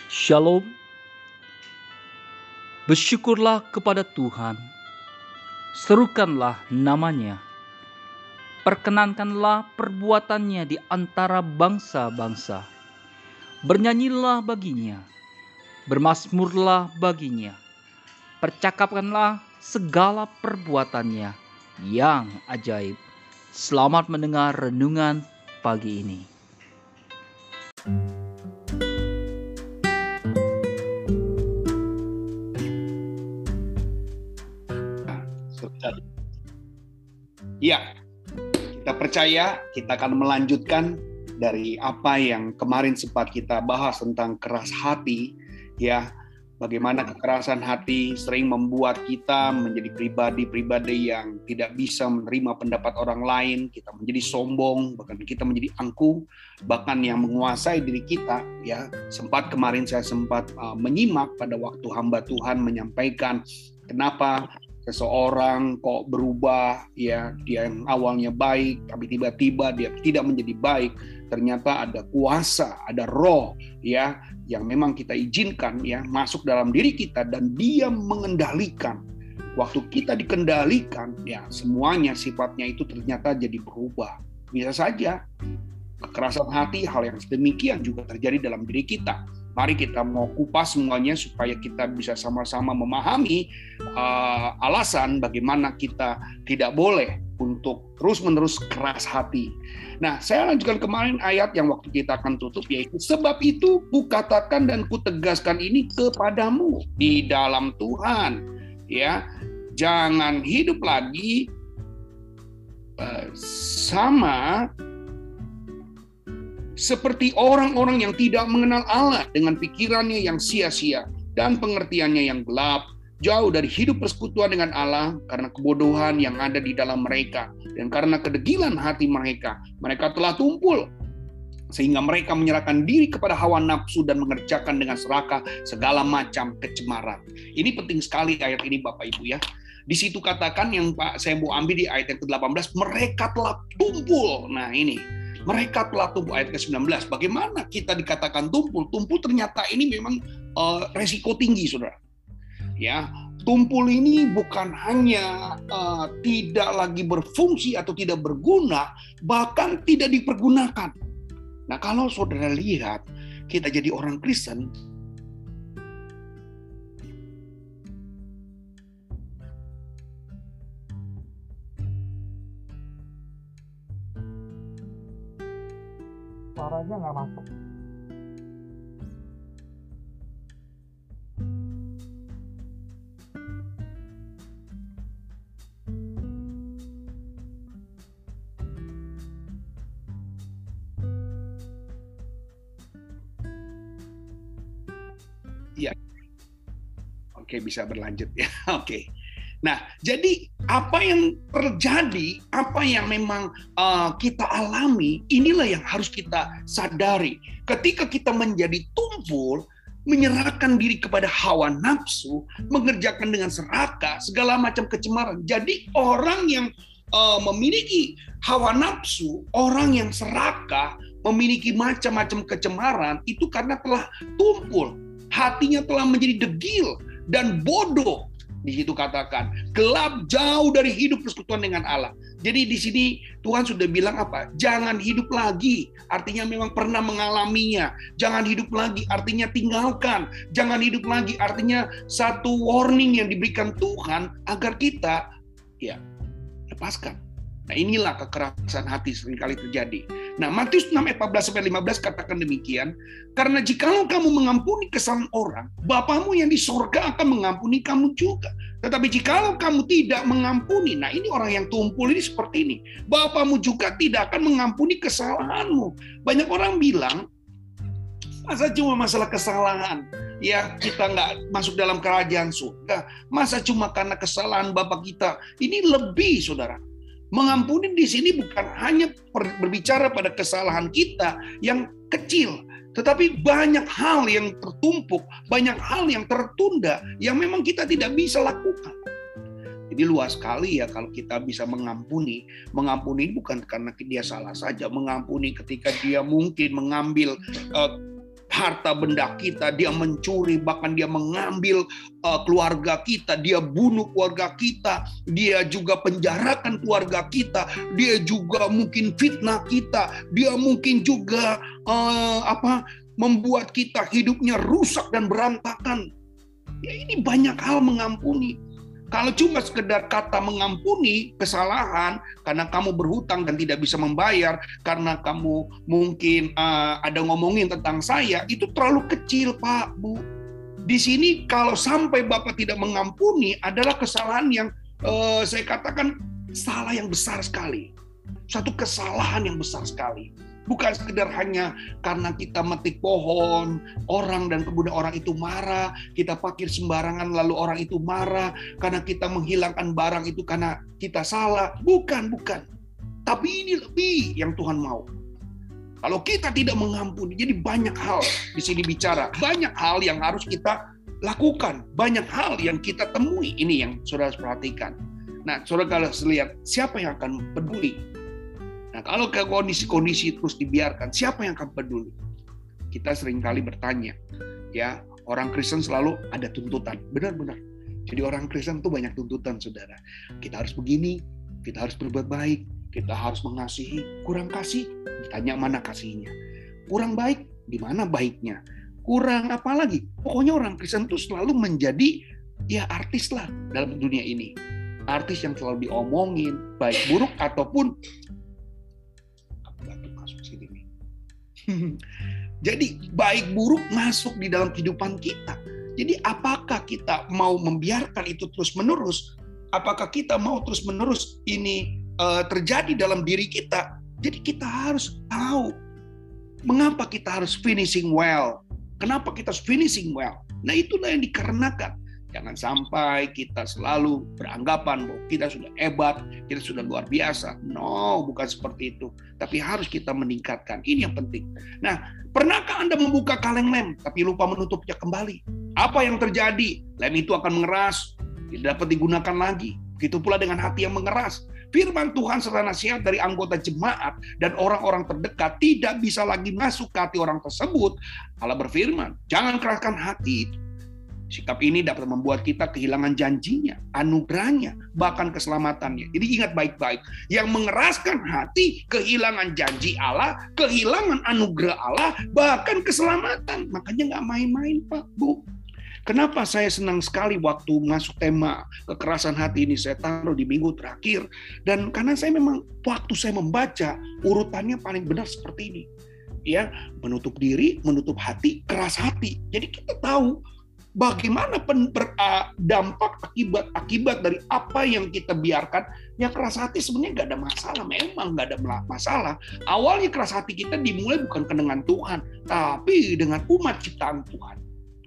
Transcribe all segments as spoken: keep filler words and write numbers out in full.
Shalom, bersyukurlah kepada Tuhan, serukanlah namanya, perkenankanlah perbuatannya di antara bangsa-bangsa, bernyanyilah baginya, bermasmurlah baginya, percakapkanlah segala perbuatannya yang ajaib. Selamat mendengar renungan pagi ini. Ya, kita percaya kita akan melanjutkan dari apa yang kemarin sempat kita bahas tentang keras hati, ya. Bagaimana kekerasan hati sering membuat kita menjadi pribadi-pribadi yang tidak bisa menerima pendapat orang lain, kita menjadi sombong, bahkan kita menjadi angkuh, bahkan yang menguasai diri kita, ya. Sempat kemarin saya sempat uh, menyimak pada waktu hamba Tuhan menyampaikan kenapa seseorang kok berubah, ya, dia yang awalnya baik tapi tiba-tiba dia tidak menjadi baik. Ternyata ada kuasa, ada roh, ya, yang memang kita izinkan, ya, masuk dalam diri kita dan dia mengendalikan. Waktu kita dikendalikan, ya, semuanya sifatnya itu ternyata jadi berubah. Bisa saja kekerasan hati, hal yang sedemikian juga terjadi dalam diri kita. Mari kita mau kupas semuanya supaya kita bisa sama-sama memahami uh, alasan bagaimana kita tidak boleh untuk terus-menerus keras hati. Nah, saya lanjutkan kemarin ayat yang waktu kita akan tutup, yaitu sebab itu kukatakan dan kutegaskan ini kepadamu di dalam Tuhan, ya, jangan hidup lagi uh, sama seperti orang-orang yang tidak mengenal Allah dengan pikirannya yang sia-sia dan pengertiannya yang gelap, jauh dari hidup persekutuan dengan Allah karena kebodohan yang ada di dalam mereka dan karena kedegilan hati mereka. Mereka telah tumpul sehingga mereka menyerahkan diri kepada hawa nafsu dan mengerjakan dengan serakah segala macam kecemaran. Ini penting sekali ayat ini Bapak Ibu, ya. Di situ katakan yang Pak saya mau ambil di ayat yang ke delapan belas, mereka telah tumpul. Nah, ini mereka telah tumpul, ayat ke sembilan belas. Bagaimana kita dikatakan tumpul? Tumpul ternyata ini memang uh, resiko tinggi, saudara. Ya, tumpul ini bukan hanya uh, tidak lagi berfungsi atau tidak berguna, bahkan tidak dipergunakan. Nah, kalau saudara lihat, kita jadi orang Kristen, suaranya nggak masuk. ya, oke, bisa berlanjut, ya. Oke. Nah, jadi apa yang terjadi, apa yang memang uh, kita alami, inilah yang harus kita sadari. Ketika kita menjadi tumpul, menyerahkan diri kepada hawa nafsu, mengerjakan dengan serakah, segala macam kecemaran. Jadi orang yang uh, memiliki hawa nafsu, orang yang serakah, memiliki macam-macam kecemaran, itu karena telah tumpul. Hatinya telah menjadi degil dan bodoh. Di situ katakan, gelap jauh dari hidup persekutuan dengan Allah. Jadi di sini Tuhan sudah bilang apa? Jangan hidup lagi, artinya memang pernah mengalaminya. Jangan hidup lagi, artinya tinggalkan. Jangan hidup lagi, artinya satu warning yang diberikan Tuhan agar kita, ya, lepaskan. Nah, inilah kekerasan hati seringkali terjadi. Nah, Matius enam ayat empat belas sampai lima belas katakan demikian, karena jikalau kamu mengampuni kesalahan orang, Bapamu yang di sorga akan mengampuni kamu juga. Tetapi jikalau kamu tidak mengampuni, nah ini orang yang tumpul ini seperti ini, Bapamu juga tidak akan mengampuni kesalahanmu. Banyak orang bilang, masa cuma masalah kesalahan, ya kita nggak masuk dalam kerajaan surga, masa cuma karena kesalahan Bapak kita. Ini lebih, saudara. Mengampuni di sini bukan hanya berbicara pada kesalahan kita yang kecil, tetapi banyak hal yang tertumpuk, banyak hal yang tertunda yang memang kita tidak bisa lakukan. Jadi luas sekali ya kalau kita bisa mengampuni. Mengampuni bukan karena dia salah saja, mengampuni ketika dia mungkin mengambil uh, harta benda kita, dia mencuri, bahkan dia mengambil uh, keluarga kita, dia bunuh keluarga kita, dia juga penjarakan keluarga kita, dia juga mungkin fitnah kita, dia mungkin juga uh, apa membuat kita hidupnya rusak dan berantakan. Ya, ini banyak hal mengampuni. Kalau cuma sekedar kata mengampuni kesalahan karena kamu berhutang dan tidak bisa membayar, karena kamu mungkin uh, ada ngomongin tentang saya, itu terlalu kecil, Pak, Bu. Di sini kalau sampai Bapak tidak mengampuni adalah kesalahan yang uh, saya katakan salah yang besar sekali. Satu kesalahan yang besar sekali. Bukan sekedar hanya karena kita metik pohon, orang dan kemudian orang itu marah, kita parkir sembarangan lalu orang itu marah, karena kita menghilangkan barang itu karena kita salah. Bukan, bukan. Tapi ini lebih yang Tuhan mau. Kalau kita tidak mengampuni, jadi banyak hal di sini bicara. Banyak hal yang harus kita lakukan. Banyak hal yang kita temui. Ini yang saudara perhatikan. Nah, saudara kalau lihat, siapa yang akan peduli? Nah, kalau ke kondisi-kondisi terus dibiarkan, siapa yang akan peduli? Kita seringkali bertanya, ya, orang Kristen selalu ada tuntutan. Benar-benar. Jadi orang Kristen tuh banyak tuntutan, saudara. Kita harus begini, kita harus berbuat baik, kita harus mengasihi. Kurang kasih, ditanya mana kasihnya. Kurang baik, di mana baiknya? Kurang apa lagi? Pokoknya orang Kristen tuh selalu menjadi ya artis lah dalam dunia ini. Artis yang selalu diomongin, baik buruk ataupun jadi baik buruk masuk di dalam kehidupan kita. Jadi apakah kita mau membiarkan itu terus menerus? Apakah kita mau terus menerus ini uh, terjadi dalam diri kita? Jadi kita harus tahu mengapa kita harus finishing well. Kenapa kita harus finishing well? Nah, itulah yang dikarenakan. Jangan sampai kita selalu beranggapan bahwa kita sudah hebat, kita sudah luar biasa. No, bukan seperti itu. Tapi harus kita meningkatkan. Ini yang penting. Nah, pernahkah Anda membuka kaleng lem, tapi lupa menutupnya kembali? Apa yang terjadi? Lem itu akan mengeras, tidak dapat digunakan lagi. Begitu pula dengan hati yang mengeras. Firman Tuhan serta nasihat dari anggota jemaat dan orang-orang terdekat tidak bisa lagi masuk ke hati orang tersebut. Allah berfirman, jangan keraskan hati itu. Sikap ini dapat membuat kita kehilangan janjinya, anugerahnya, bahkan keselamatannya. Jadi ingat baik-baik, yang mengeraskan hati, kehilangan janji Allah, kehilangan anugerah Allah, bahkan keselamatan. Makanya nggak main-main, Pak, Bu. Kenapa saya senang sekali waktu masuk tema kekerasan hati ini saya taruh di minggu terakhir. Dan karena saya memang waktu saya membaca, urutannya paling benar seperti ini. Ya, menutup diri, menutup hati, keras hati. Jadi kita tahu bagaimana pen, ber, uh, dampak akibat-akibat dari apa yang kita biarkan. Yang keras hati sebenarnya nggak ada masalah, memang nggak ada masalah. Awalnya keras hati kita dimulai bukan dengan Tuhan, tapi dengan umat ciptaan Tuhan.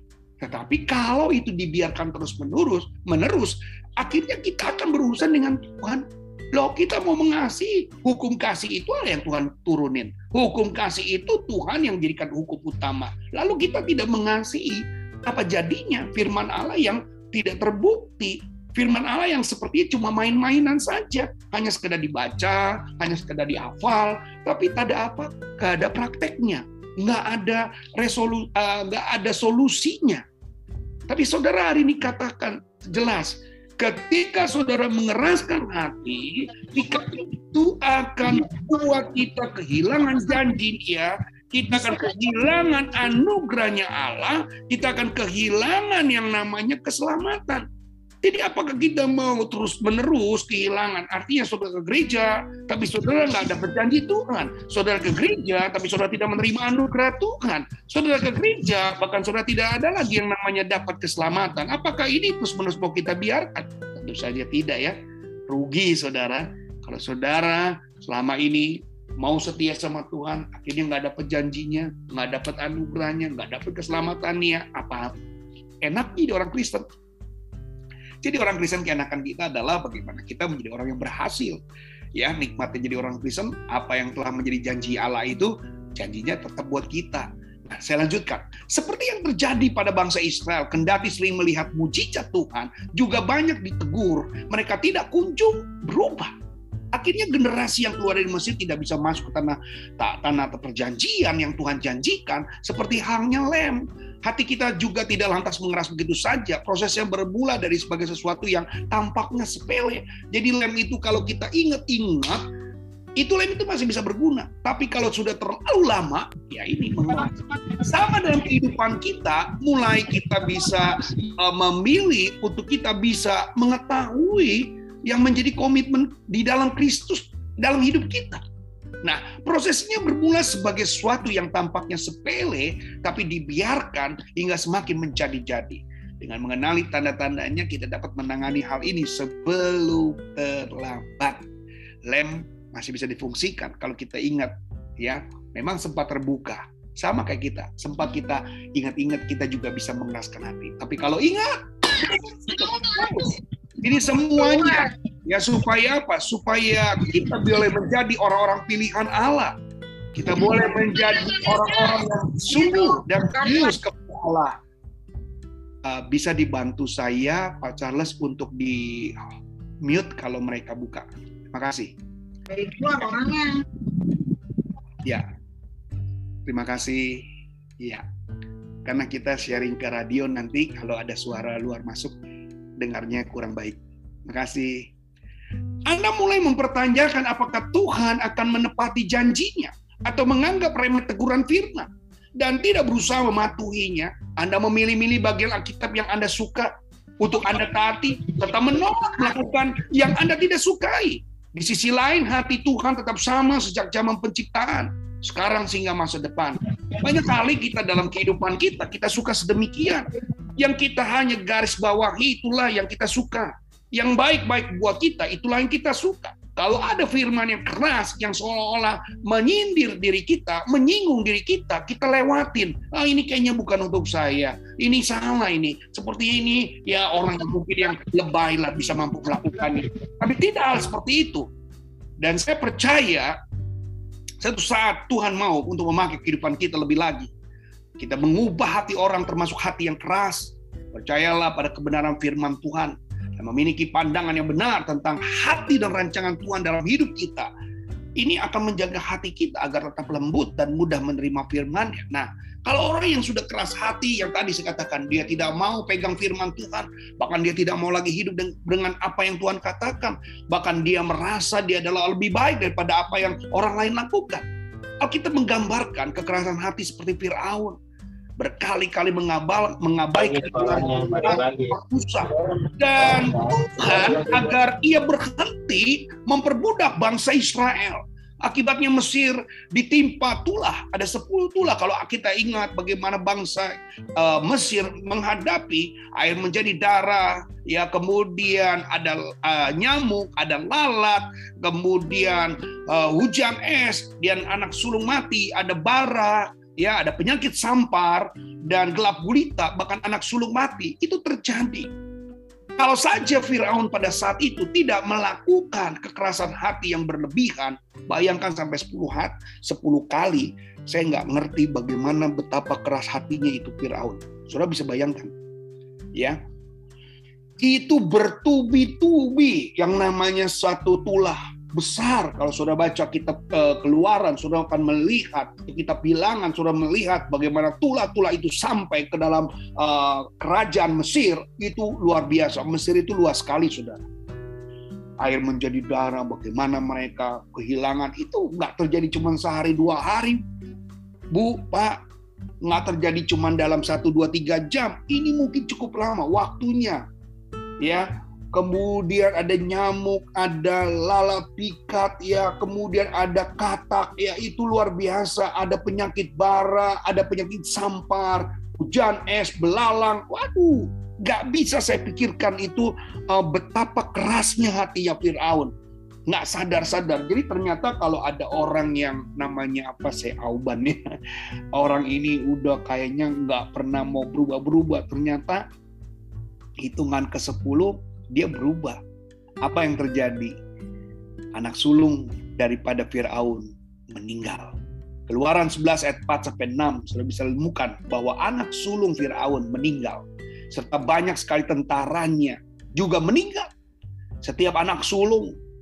Tetapi kalau itu dibiarkan terus-menerus, menerus, akhirnya kita akan berurusan dengan Tuhan. Loh, kita mau mengasihi, hukum kasih itu adalah yang Tuhan turunin. Hukum kasih itu Tuhan yang jadikan hukum utama. Lalu kita tidak mengasihi, apa jadinya firman Allah yang tidak terbukti, firman Allah yang sepertinya cuma main-mainan saja, hanya sekedar dibaca, hanya sekedar dihafal, tapi tak ada apa, nggak ada prakteknya, nggak ada resolu, uh, nggak ada solusinya. Tapi saudara hari ini katakan jelas, ketika saudara mengeraskan hati, sikap itu akan membuat kita kehilangan janji Dia. Kita akan kehilangan anugerahnya Allah, kita akan kehilangan yang namanya keselamatan. Jadi apakah kita mau terus-menerus kehilangan? Artinya saudara ke gereja, tapi saudara nggak dapat janji Tuhan. Saudara ke gereja, tapi saudara tidak menerima anugerah Tuhan. Saudara ke gereja, bahkan saudara tidak ada lagi yang namanya dapat keselamatan. Apakah ini terus-menerus mau kita biarkan? Tentu saja tidak ya. Rugi saudara. Kalau saudara selama ini mau setia sama Tuhan, akhirnya nggak dapat janjinya, nggak dapat anugerahnya, nggak dapat keselamatannya, apa enaknya di orang Kristen. Jadi orang Kristen keenakan kita adalah bagaimana kita menjadi orang yang berhasil. Ya, nikmatnya jadi orang Kristen, apa yang telah menjadi janji Allah itu, janjinya tetap buat kita. Nah, saya lanjutkan. Seperti yang terjadi pada bangsa Israel, kendati sering melihat mujizat Tuhan, juga banyak ditegur, mereka tidak kunjung berubah. Akhirnya generasi yang keluar dari Mesir tidak bisa masuk ke tanah tanah perjanjian yang Tuhan janjikan, seperti halnya lem. Hati kita juga tidak lantas mengeras begitu saja. Prosesnya bermula dari sebagai sesuatu yang tampaknya sepele. Jadi lem itu kalau kita ingat-ingat, itu lem itu masih bisa berguna. Tapi kalau sudah terlalu lama, ya ini menguap. Sama dalam kehidupan kita, mulai kita bisa uh, memilih untuk kita bisa mengetahui yang menjadi komitmen di dalam Kristus dalam hidup kita. Nah, prosesnya bermula sebagai sesuatu yang tampaknya sepele, tapi dibiarkan hingga semakin menjadi-jadi. Dengan mengenali tanda-tandanya, kita dapat menangani hal ini sebelum terlambat. Lem masih bisa difungsikan kalau kita ingat, ya, memang sempat terbuka. Sama kayak kita, sempat kita ingat-ingat, kita juga bisa mengeraskan hati. Tapi kalau ingat, ini semuanya ya supaya apa? Supaya kita boleh menjadi orang-orang pilihan Allah. Kita boleh menjadi orang-orang yang sungguh dan serius kepada Allah. Uh, bisa dibantu saya, Pak Charles, untuk di mute kalau mereka buka. Terima kasih. Dari luar orangnya. Ya, terima kasih. Ya, karena kita sharing ke radio nanti kalau ada suara luar masuk, dengarnya kurang baik. Terima kasih. Anda mulai mempertanyakan apakah Tuhan akan menepati janjinya atau menganggap remeh teguran firman dan tidak berusaha mematuhinya. Anda memilih-milih bagian Alkitab yang Anda suka untuk Anda taati, serta menolak melakukan yang Anda tidak sukai. Di sisi lain, hati Tuhan tetap sama sejak zaman penciptaan, sekarang sehingga masa depan. Banyak kali kita dalam kehidupan kita, kita suka sedemikian. Yang kita hanya garis bawahi, itulah yang kita suka. Yang baik-baik buat kita, itulah yang kita suka. Kalau ada firman yang keras, yang seolah-olah menyindir diri kita, menyinggung diri kita, kita lewatin. Ah, ini kayaknya bukan untuk saya. Ini salah ini. Seperti ini, ya orang yang mungkin yang lebay lah bisa mampu melakukannya. Tapi tidak hal seperti itu. Dan saya percaya, satu saat Tuhan mau untuk memakai kehidupan kita lebih lagi. Kita mengubah hati orang termasuk hati yang keras. Percayalah pada kebenaran firman Tuhan. Dan memiliki pandangan yang benar tentang hati dan rancangan Tuhan dalam hidup kita. Ini akan menjaga hati kita agar tetap lembut dan mudah menerima firman-Nya. Nah, kalau orang yang sudah keras hati, yang tadi saya katakan, dia tidak mau pegang firman Tuhan. Bahkan dia tidak mau lagi hidup dengan apa yang Tuhan katakan. Bahkan dia merasa dia adalah lebih baik daripada apa yang orang lain lakukan. Alkitab menggambarkan kekerasan hati seperti Firaun. Berkali-kali mengabal, mengabaikan Musa. Dan Tuhan agar ia berhenti memperbudak bangsa Israel. Akibatnya Mesir ditimpa tulah, ada sepuluh tulah. Kalau kita ingat bagaimana bangsa uh, Mesir menghadapi air menjadi darah, ya kemudian ada uh, nyamuk, ada lalat, kemudian uh, hujan es, dan anak sulung mati, ada bara, ya ada penyakit sampar dan gelap gulita, bahkan anak sulung mati. Itu terjadi. Kalau saja Firaun pada saat itu tidak melakukan kekerasan hati yang berlebihan, bayangkan sampai sepuluh hat, sepuluh kali, saya nggak ngerti bagaimana betapa keras hatinya itu Firaun. Saudara bisa bayangkan, ya? Itu bertubi-tubi yang namanya satu tulah besar. Kalau saudara baca kitab uh, Keluaran, saudara akan melihat, kitab Bilangan, saudara melihat bagaimana tulah-tulah itu sampai ke dalam uh, kerajaan Mesir. Itu luar biasa. Mesir itu luas sekali, saudara. Air menjadi darah, bagaimana mereka kehilangan. Itu nggak terjadi cuma sehari dua hari, Bu, Pak. Nggak terjadi cuma dalam satu, dua, tiga jam. Ini mungkin cukup lama waktunya, ya. Kemudian ada nyamuk, ada lalat pikat, ya, kemudian ada katak, ya, itu luar biasa. Ada penyakit bara, ada penyakit sampar, hujan es, belalang. Waduh, nggak bisa saya pikirkan itu uh, betapa kerasnya hatinya Firaun. Nggak sadar-sadar. Jadi ternyata kalau ada orang yang namanya apa, saya auban ya, orang ini udah kayaknya nggak pernah mau berubah-berubah. Ternyata hitungan ke sepuluh dia berubah. Apa yang terjadi? Anak sulung daripada Firaun meninggal. Keluaran sebelas ayat empat sampai enam sudah bisa menemukan bahwa anak sulung Firaun meninggal. Serta banyak sekali tentaranya juga meninggal. Setiap anak sulung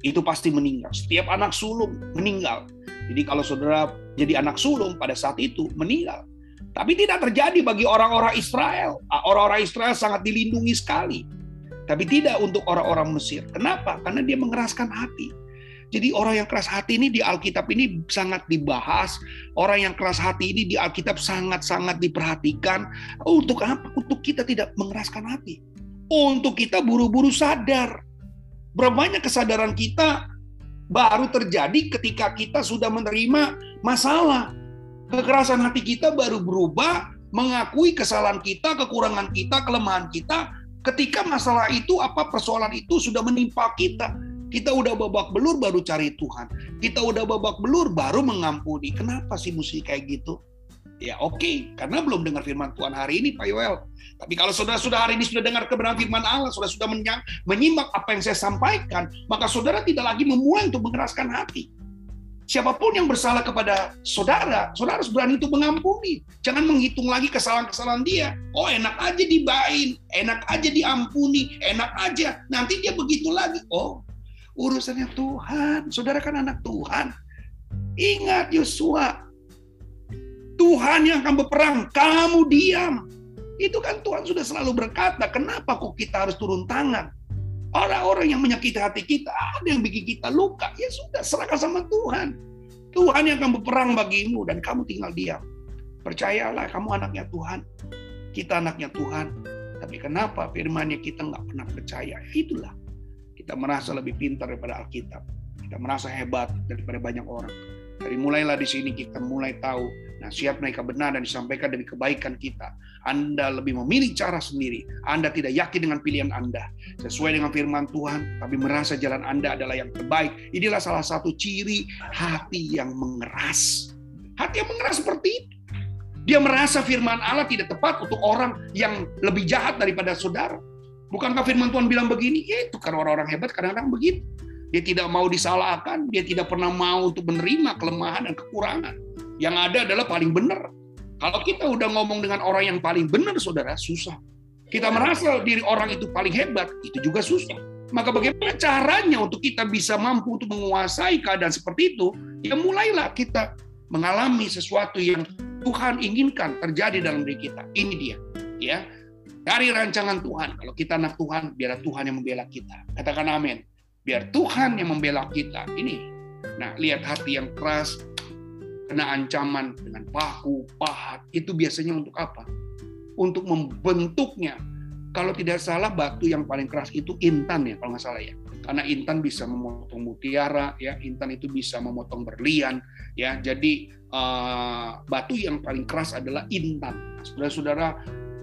itu pasti meninggal. Setiap anak sulung meninggal. Jadi kalau saudara jadi anak sulung pada saat itu meninggal. Tapi tidak terjadi bagi orang-orang Israel. Orang-orang Israel sangat dilindungi sekali. Tapi tidak untuk orang-orang Mesir. Kenapa? Karena dia mengeraskan hati. Jadi orang yang keras hati ini di Alkitab ini sangat dibahas. Orang yang keras hati ini di Alkitab sangat-sangat diperhatikan. Untuk apa? Untuk kita tidak mengeraskan hati. Untuk kita buru-buru sadar. Berapa banyak kesadaran kita baru terjadi ketika kita sudah menerima masalah. Kekerasan hati kita baru berubah, mengakui kesalahan kita, kekurangan kita, kelemahan kita. Ketika masalah itu, apa persoalan itu sudah menimpa kita. Kita udah babak belur baru cari Tuhan. Kita udah babak belur baru mengampuni. Kenapa sih mesti kayak gitu? Ya oke, okay. Karena belum dengar firman Tuhan hari ini, Pak Yoel. Tapi kalau saudara sudah hari ini sudah dengar kebenaran firman Allah, saudara sudah menyimak apa yang saya sampaikan, maka saudara tidak lagi memulai untuk mengeraskan hati. Siapapun yang bersalah kepada saudara, saudara harus berani untuk mengampuni. Jangan menghitung lagi kesalahan-kesalahan dia. Oh enak aja dibain, enak aja diampuni, enak aja. Nanti dia begitu lagi. Oh urusannya Tuhan. Saudara kan anak Tuhan. Ingat Yosua. Tuhan yang akan berperang, kamu diam. Itu kan Tuhan sudah selalu berkata, kenapa kok kita harus turun tangan? Orang-orang yang menyakiti hati kita, ada yang bikin kita luka, ya sudah, serahkan sama Tuhan. Tuhan yang akan berperang bagimu, dan kamu tinggal diam. Percayalah, kamu anaknya Tuhan. Kita anaknya Tuhan. Tapi kenapa firman-Nya kita nggak pernah percaya? Itulah. Kita merasa lebih pintar daripada Alkitab. Kita merasa hebat daripada banyak orang. Dari mulailah di sini kita mulai tahu nasihat mereka benar dan disampaikan demi kebaikan kita. Anda lebih memilih cara sendiri. Anda tidak yakin dengan pilihan Anda sesuai dengan firman Tuhan, tapi merasa jalan Anda adalah yang terbaik. Inilah salah satu ciri hati yang mengeras. Hati yang mengeras seperti itu. Dia merasa firman Allah tidak tepat untuk orang yang lebih jahat daripada saudara. Bukankah firman Tuhan bilang begini? Ya itu kan orang-orang hebat kadang-kadang begitu. Dia tidak mau disalahkan, dia tidak pernah mau untuk menerima kelemahan dan kekurangan. Yang ada adalah paling benar. Kalau kita udah ngomong dengan orang yang paling benar, saudara, susah. Kita merasa diri orang itu paling hebat, itu juga susah. Maka bagaimana caranya untuk kita bisa mampu untuk menguasai keadaan seperti itu? Ya mulailah kita mengalami sesuatu yang Tuhan inginkan terjadi dalam diri kita. Ini dia, ya. Dari rancangan Tuhan. Kalau kita anak Tuhan, biar Tuhan yang membela kita. Katakan amin. Biar Tuhan yang membela kita. Ini. Nah, lihat hati yang keras, kena ancaman dengan paku, pahat. Itu biasanya untuk apa? Untuk membentuknya. Kalau tidak salah, batu yang paling keras itu intan ya, kalau nggak salah ya. Karena intan bisa memotong mutiara, ya. Intan itu bisa memotong berlian, ya. Jadi uh, batu yang paling keras adalah intan. Saudara-saudara,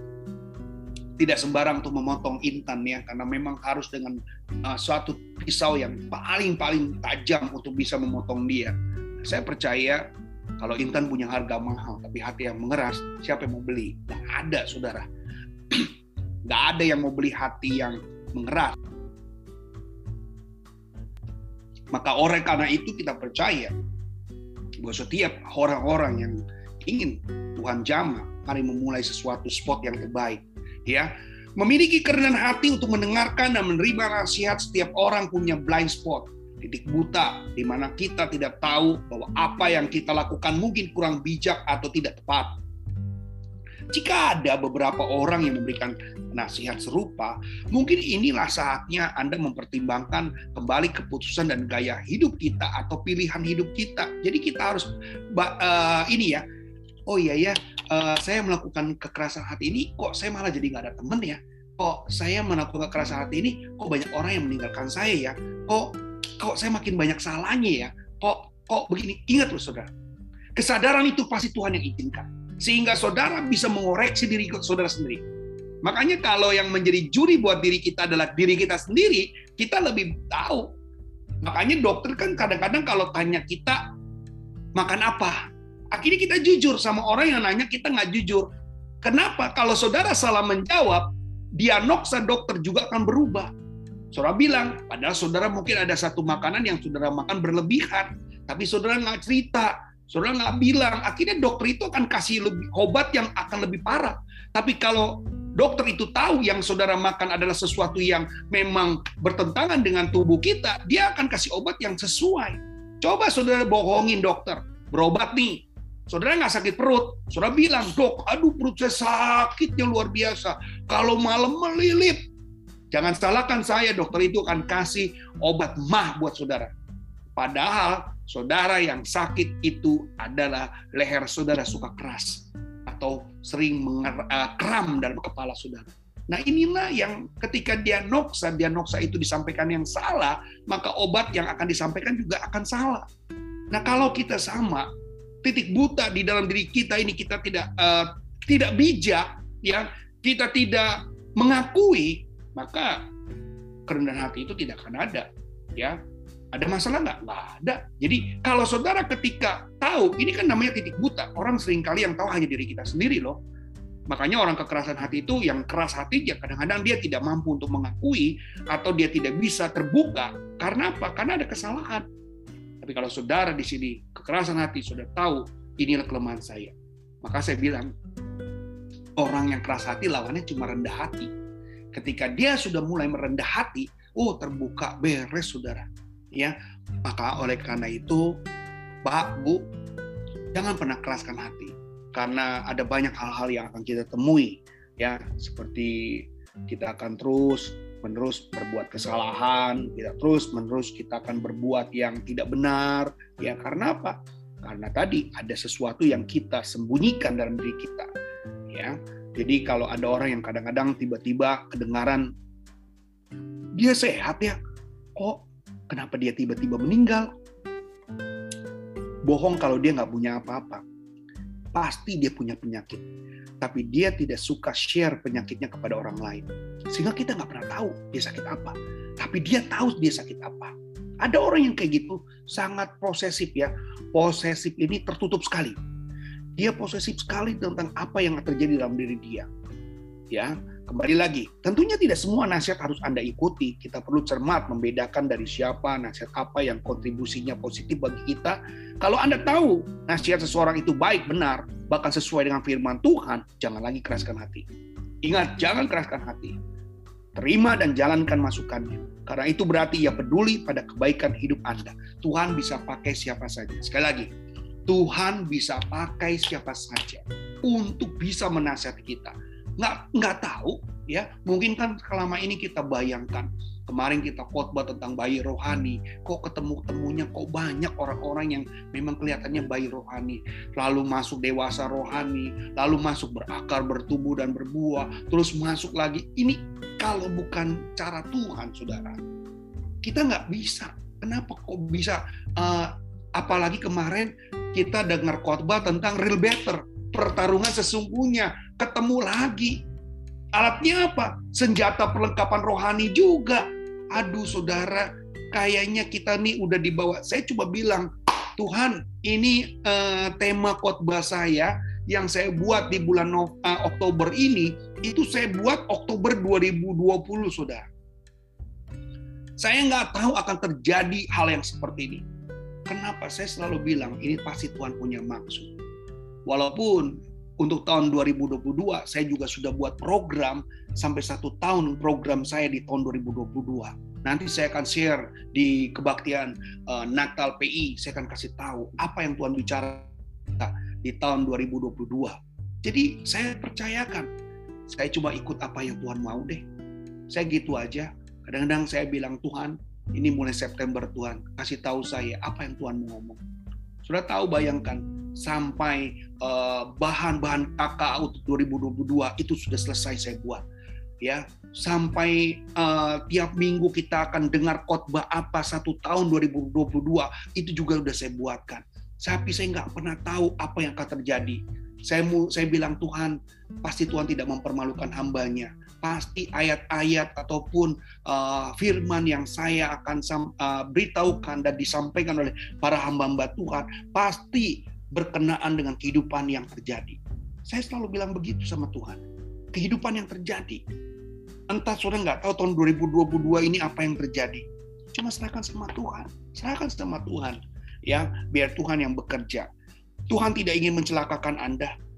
tidak sembarang untuk memotong intan ya, karena memang harus dengan uh, suatu pisau yang paling-paling tajam untuk bisa memotong dia. Saya percaya kalau intan punya harga mahal, tapi hati yang mengeras, siapa yang mau beli? Nggak ada, saudara. Nggak ada yang mau beli hati yang mengeras. Maka oleh karena itu kita percaya bahwa setiap orang-orang yang ingin Tuhan jamah, mari memulai sesuatu spot yang terbaik. Ya, memiliki kerendahan hati untuk mendengarkan dan menerima nasihat. Setiap orang punya blind spot, titik buta, di mana kita tidak tahu bahwa apa yang kita lakukan mungkin kurang bijak atau tidak tepat. Jika ada beberapa orang yang memberikan nasihat serupa, mungkin inilah saatnya Anda mempertimbangkan kembali keputusan dan gaya hidup kita atau pilihan hidup kita. Jadi kita harus uh, ini ya. Oh iya ya, uh, saya melakukan kekerasan hati ini, kok saya malah jadi nggak ada teman ya? Kok saya melakukan kekerasan hati ini, kok banyak orang yang meninggalkan saya ya? Kok kok saya makin banyak salahnya ya? Kok kok begini? Ingat loh saudara, kesadaran itu pasti Tuhan yang izinkan, sehingga saudara bisa mengoreksi diri saudara sendiri. Makanya kalau yang menjadi juri buat diri kita adalah diri kita sendiri, kita lebih tahu. Makanya dokter kan kadang-kadang kalau tanya kita makan apa, akhirnya kita jujur sama orang yang nanya kita nggak jujur. Kenapa? Kalau saudara salah menjawab, diagnosa dokter juga akan berubah. Saudara bilang, padahal saudara mungkin ada satu makanan yang saudara makan berlebihan, tapi saudara nggak cerita, saudara nggak bilang. Akhirnya dokter itu akan kasih lebih, obat yang akan lebih parah. Tapi kalau dokter itu tahu yang saudara makan adalah sesuatu yang memang bertentangan dengan tubuh kita, dia akan kasih obat yang sesuai. Coba saudara bohongin dokter, berobat nih, saudara nggak sakit perut, saudara bilang, dok, aduh perut saya sakit yang luar biasa, kalau malam melilit. Jangan salahkan saya, dokter itu akan kasih obat mah buat saudara. Padahal saudara yang sakit itu adalah leher saudara suka keras atau sering kram dalam kepala saudara. Nah inilah yang ketika diagnosa, diagnosa itu disampaikan yang salah, maka obat yang akan disampaikan juga akan salah. Nah kalau kita sama, titik buta di dalam diri kita ini kita tidak uh, tidak bijak, ya kita tidak mengakui, maka kerendahan hati itu tidak akan ada, ya. Ada masalah nggak? Nggak ada. Jadi kalau saudara ketika tahu, ini kan namanya titik buta. Orang seringkali yang tahu hanya diri kita sendiri loh. Makanya orang kekerasan hati itu, yang keras hati, ya kadang-kadang dia tidak mampu untuk mengakui, atau dia tidak bisa terbuka. Karena apa? Karena ada kesalahan. Tapi kalau saudara di sini, kekerasan hati, sudah tahu, inilah kelemahan saya. Maka saya bilang, orang yang keras hati lawannya cuma rendah hati. Ketika dia sudah mulai merendah hati, oh terbuka, beres saudara. Ya, maka oleh karena itu, Pak, Bu, jangan pernah keraskan hati, karena ada banyak hal-hal yang akan kita temui, ya, seperti kita akan terus menerus berbuat kesalahan, kita terus menerus kita akan berbuat yang tidak benar, ya, karena apa? Karena tadi ada sesuatu yang kita sembunyikan dalam diri kita, ya. Jadi kalau ada orang yang kadang-kadang tiba-tiba kedengaran dia sehat ya, kok kenapa dia tiba-tiba meninggal? Bohong kalau dia nggak punya apa-apa. Pasti dia punya penyakit. Tapi dia tidak suka share penyakitnya kepada orang lain. Sehingga kita nggak pernah tahu dia sakit apa. Tapi dia tahu dia sakit apa. Ada orang yang kayak gitu, sangat posesif ya. Posesif ini tertutup sekali. Dia posesif sekali tentang apa yang terjadi dalam diri dia. Ya, kembali lagi, tentunya tidak semua nasihat harus Anda ikuti. Kita perlu cermat membedakan dari siapa, nasihat apa yang kontribusinya positif bagi kita. Kalau Anda tahu nasihat seseorang itu baik, benar, bahkan sesuai dengan firman Tuhan, jangan lagi keraskan hati. Ingat, jangan keraskan hati. Terima dan jalankan masukannya. Karena itu berarti ia peduli pada kebaikan hidup Anda. Tuhan bisa pakai siapa saja. Sekali lagi, Tuhan bisa pakai siapa saja untuk bisa menasihati kita. Nggak, nggak tahu, ya. Mungkin kan selama ini kita bayangkan, kemarin kita khotbah tentang bayi rohani, kok ketemu-temunya kok banyak orang-orang yang memang kelihatannya bayi rohani, lalu masuk dewasa rohani, lalu masuk berakar, bertumbuh dan berbuah, terus masuk lagi. Ini kalau bukan cara Tuhan, saudara, kita nggak bisa. Kenapa kok bisa? Uh, apalagi kemarin kita dengar khotbah tentang real better, pertarungan sesungguhnya. Ketemu lagi. Alatnya apa? Senjata perlengkapan rohani juga. Aduh saudara, kayaknya kita nih udah dibawa. Saya coba bilang, Tuhan, ini uh, tema khotbah saya yang saya buat di bulan uh, Oktober ini, itu saya buat Oktober dua ribu dua puluh, saudara. Saya nggak tahu akan terjadi hal yang seperti ini. Kenapa? Saya selalu bilang, ini pasti Tuhan punya maksud. Walaupun untuk tahun dua ribu dua puluh dua, saya juga sudah buat program sampai satu tahun program saya di tahun dua ribu dua puluh dua. Nanti saya akan share di kebaktian uh, Natal P I, saya akan kasih tahu apa yang Tuhan bicara di tahun dua ribu dua puluh dua. Jadi saya percayakan, saya cuma ikut apa yang Tuhan mau deh. Saya gitu aja. Kadang-kadang saya bilang, Tuhan, ini mulai September Tuhan, kasih tahu saya apa yang Tuhan mau ngomong. Sudah tahu, bayangkan, sampai uh, bahan-bahan K K A untuk dua ribu dua puluh dua itu sudah selesai saya buat. Ya, sampai uh, tiap minggu kita akan dengar khotbah apa satu tahun dua ribu dua puluh dua itu juga sudah saya buatkan. Tapi saya nggak pernah tahu apa yang akan terjadi. Saya mau, saya bilang, Tuhan, pasti Tuhan tidak mempermalukan hambanya. Pasti ayat-ayat ataupun uh, firman yang saya akan uh, beritahukan dan disampaikan oleh para hamba-hamba Tuhan pasti berkenaan dengan kehidupan yang terjadi. Saya selalu bilang begitu sama Tuhan. Kehidupan yang terjadi. Entah saudara nggak tahu tahun dua ribu dua puluh dua ini apa yang terjadi. Cuma serahkan sama Tuhan. Serahkan sama Tuhan. Ya, biar Tuhan yang bekerja. Tuhan tidak ingin mencelakakan Anda.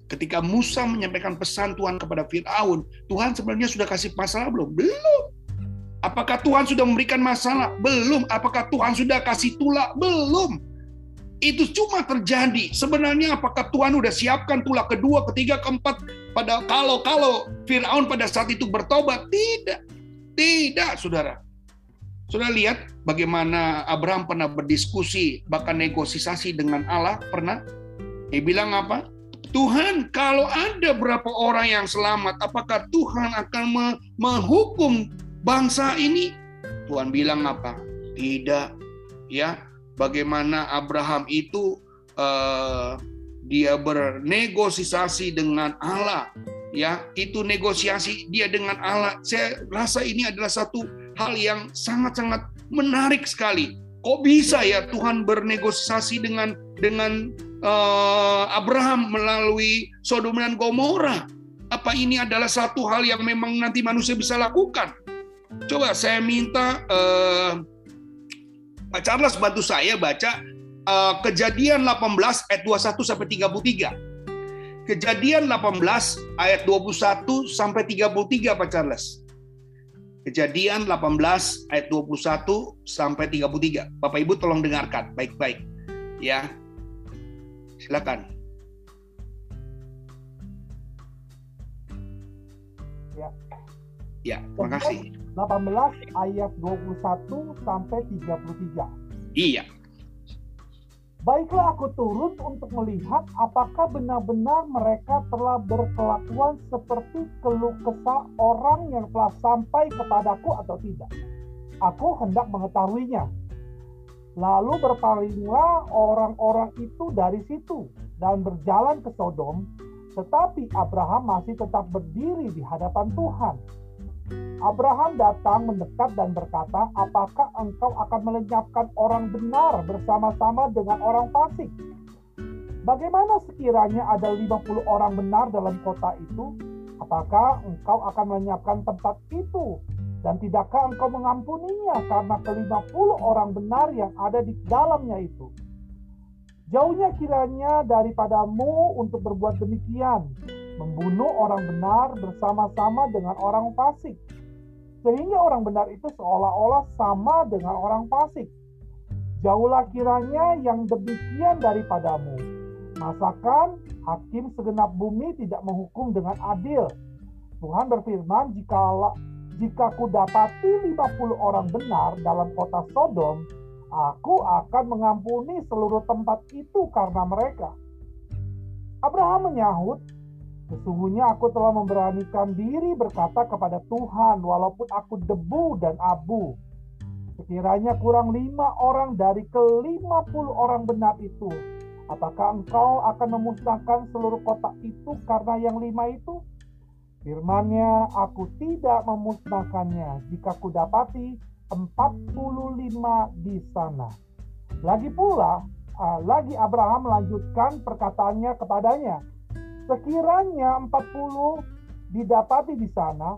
Ketika Musa menyampaikan pesan Tuhan kepada Firaun, Tuhan sebenarnya sudah kasih masalah belum? Belum. Apakah Tuhan sudah memberikan masalah? Belum. Apakah Tuhan sudah kasih tulak? Belum. Itu cuma terjadi. Sebenarnya apakah Tuhan sudah siapkan tulak kedua, ketiga, keempat? Pada kalau kalau Firaun pada saat itu bertobat? Tidak. Tidak, saudara. Saudara lihat bagaimana Abraham pernah berdiskusi, bahkan negosiasi dengan Allah. Pernah? Dia bilang apa? Tuhan, kalau ada berapa orang yang selamat, apakah Tuhan akan menghukum bangsa ini? Tuhan bilang apa? Tidak. Ya, bagaimana Abraham itu uh, dia bernegosiasi dengan Allah. Ya, itu negosiasi dia dengan Allah. Saya rasa ini adalah satu hal yang sangat-sangat menarik sekali. Kok bisa ya Tuhan bernegosiasi dengan dengan uh, Abraham melalui Sodom dan Gomora? Apa ini adalah satu hal yang memang nanti manusia bisa lakukan? Coba saya minta uh, Pak Charles bantu saya baca uh, Kejadian delapan belas ayat dua puluh satu sampai tiga puluh tiga. Kejadian delapan belas ayat dua puluh satu sampai tiga puluh tiga, Pak Charles. Kejadian delapan belas ayat dua puluh satu sampai tiga puluh tiga. Bapak Ibu tolong dengarkan baik-baik. Ya. Silakan. Ya. Ya, terima kasih. delapan belas ayat dua puluh satu sampai tiga puluh tiga. Iya. Baiklah aku turun untuk melihat apakah benar-benar mereka telah berkelakuan seperti keluh kesah orang yang telah sampai kepadaku atau tidak. Aku hendak mengetahuinya. Lalu berpalinglah orang-orang itu dari situ dan berjalan ke Sodom, tetapi Abraham masih tetap berdiri di hadapan Tuhan. Abraham datang mendekat dan berkata, apakah engkau akan melenyapkan orang benar bersama-sama dengan orang fasik? Bagaimana sekiranya ada lima puluh orang benar dalam kota itu? Apakah engkau akan melenyapkan tempat itu? Dan tidakkah engkau mengampuninya karena kelima puluh orang benar yang ada di dalamnya itu? Jauhnya kiranya daripadamu untuk berbuat demikian, membunuh orang benar bersama-sama dengan orang fasik, sehingga orang benar itu seolah-olah sama dengan orang fasik. Jauhlah kiranya yang demikian daripadamu. Masakan hakim segenap bumi tidak menghukum dengan adil? Tuhan berfirman, jikalau jika kudapati lima puluh orang benar dalam kota Sodom, aku akan mengampuni seluruh tempat itu karena mereka. Abraham menyahut, sesungguhnya aku telah memberanikan diri berkata kepada Tuhan, walaupun aku debu dan abu. Sekiranya kurang lima orang dari kelima puluh orang benar itu, apakah engkau akan memusnahkan seluruh kota itu karena yang lima itu? Firman-Nya, aku tidak memusnahkannya jika kudapati empat puluh lima di sana. Lagi pula, uh, lagi Abraham melanjutkan perkataannya kepadanya, sekiranya empat puluh didapati di sana,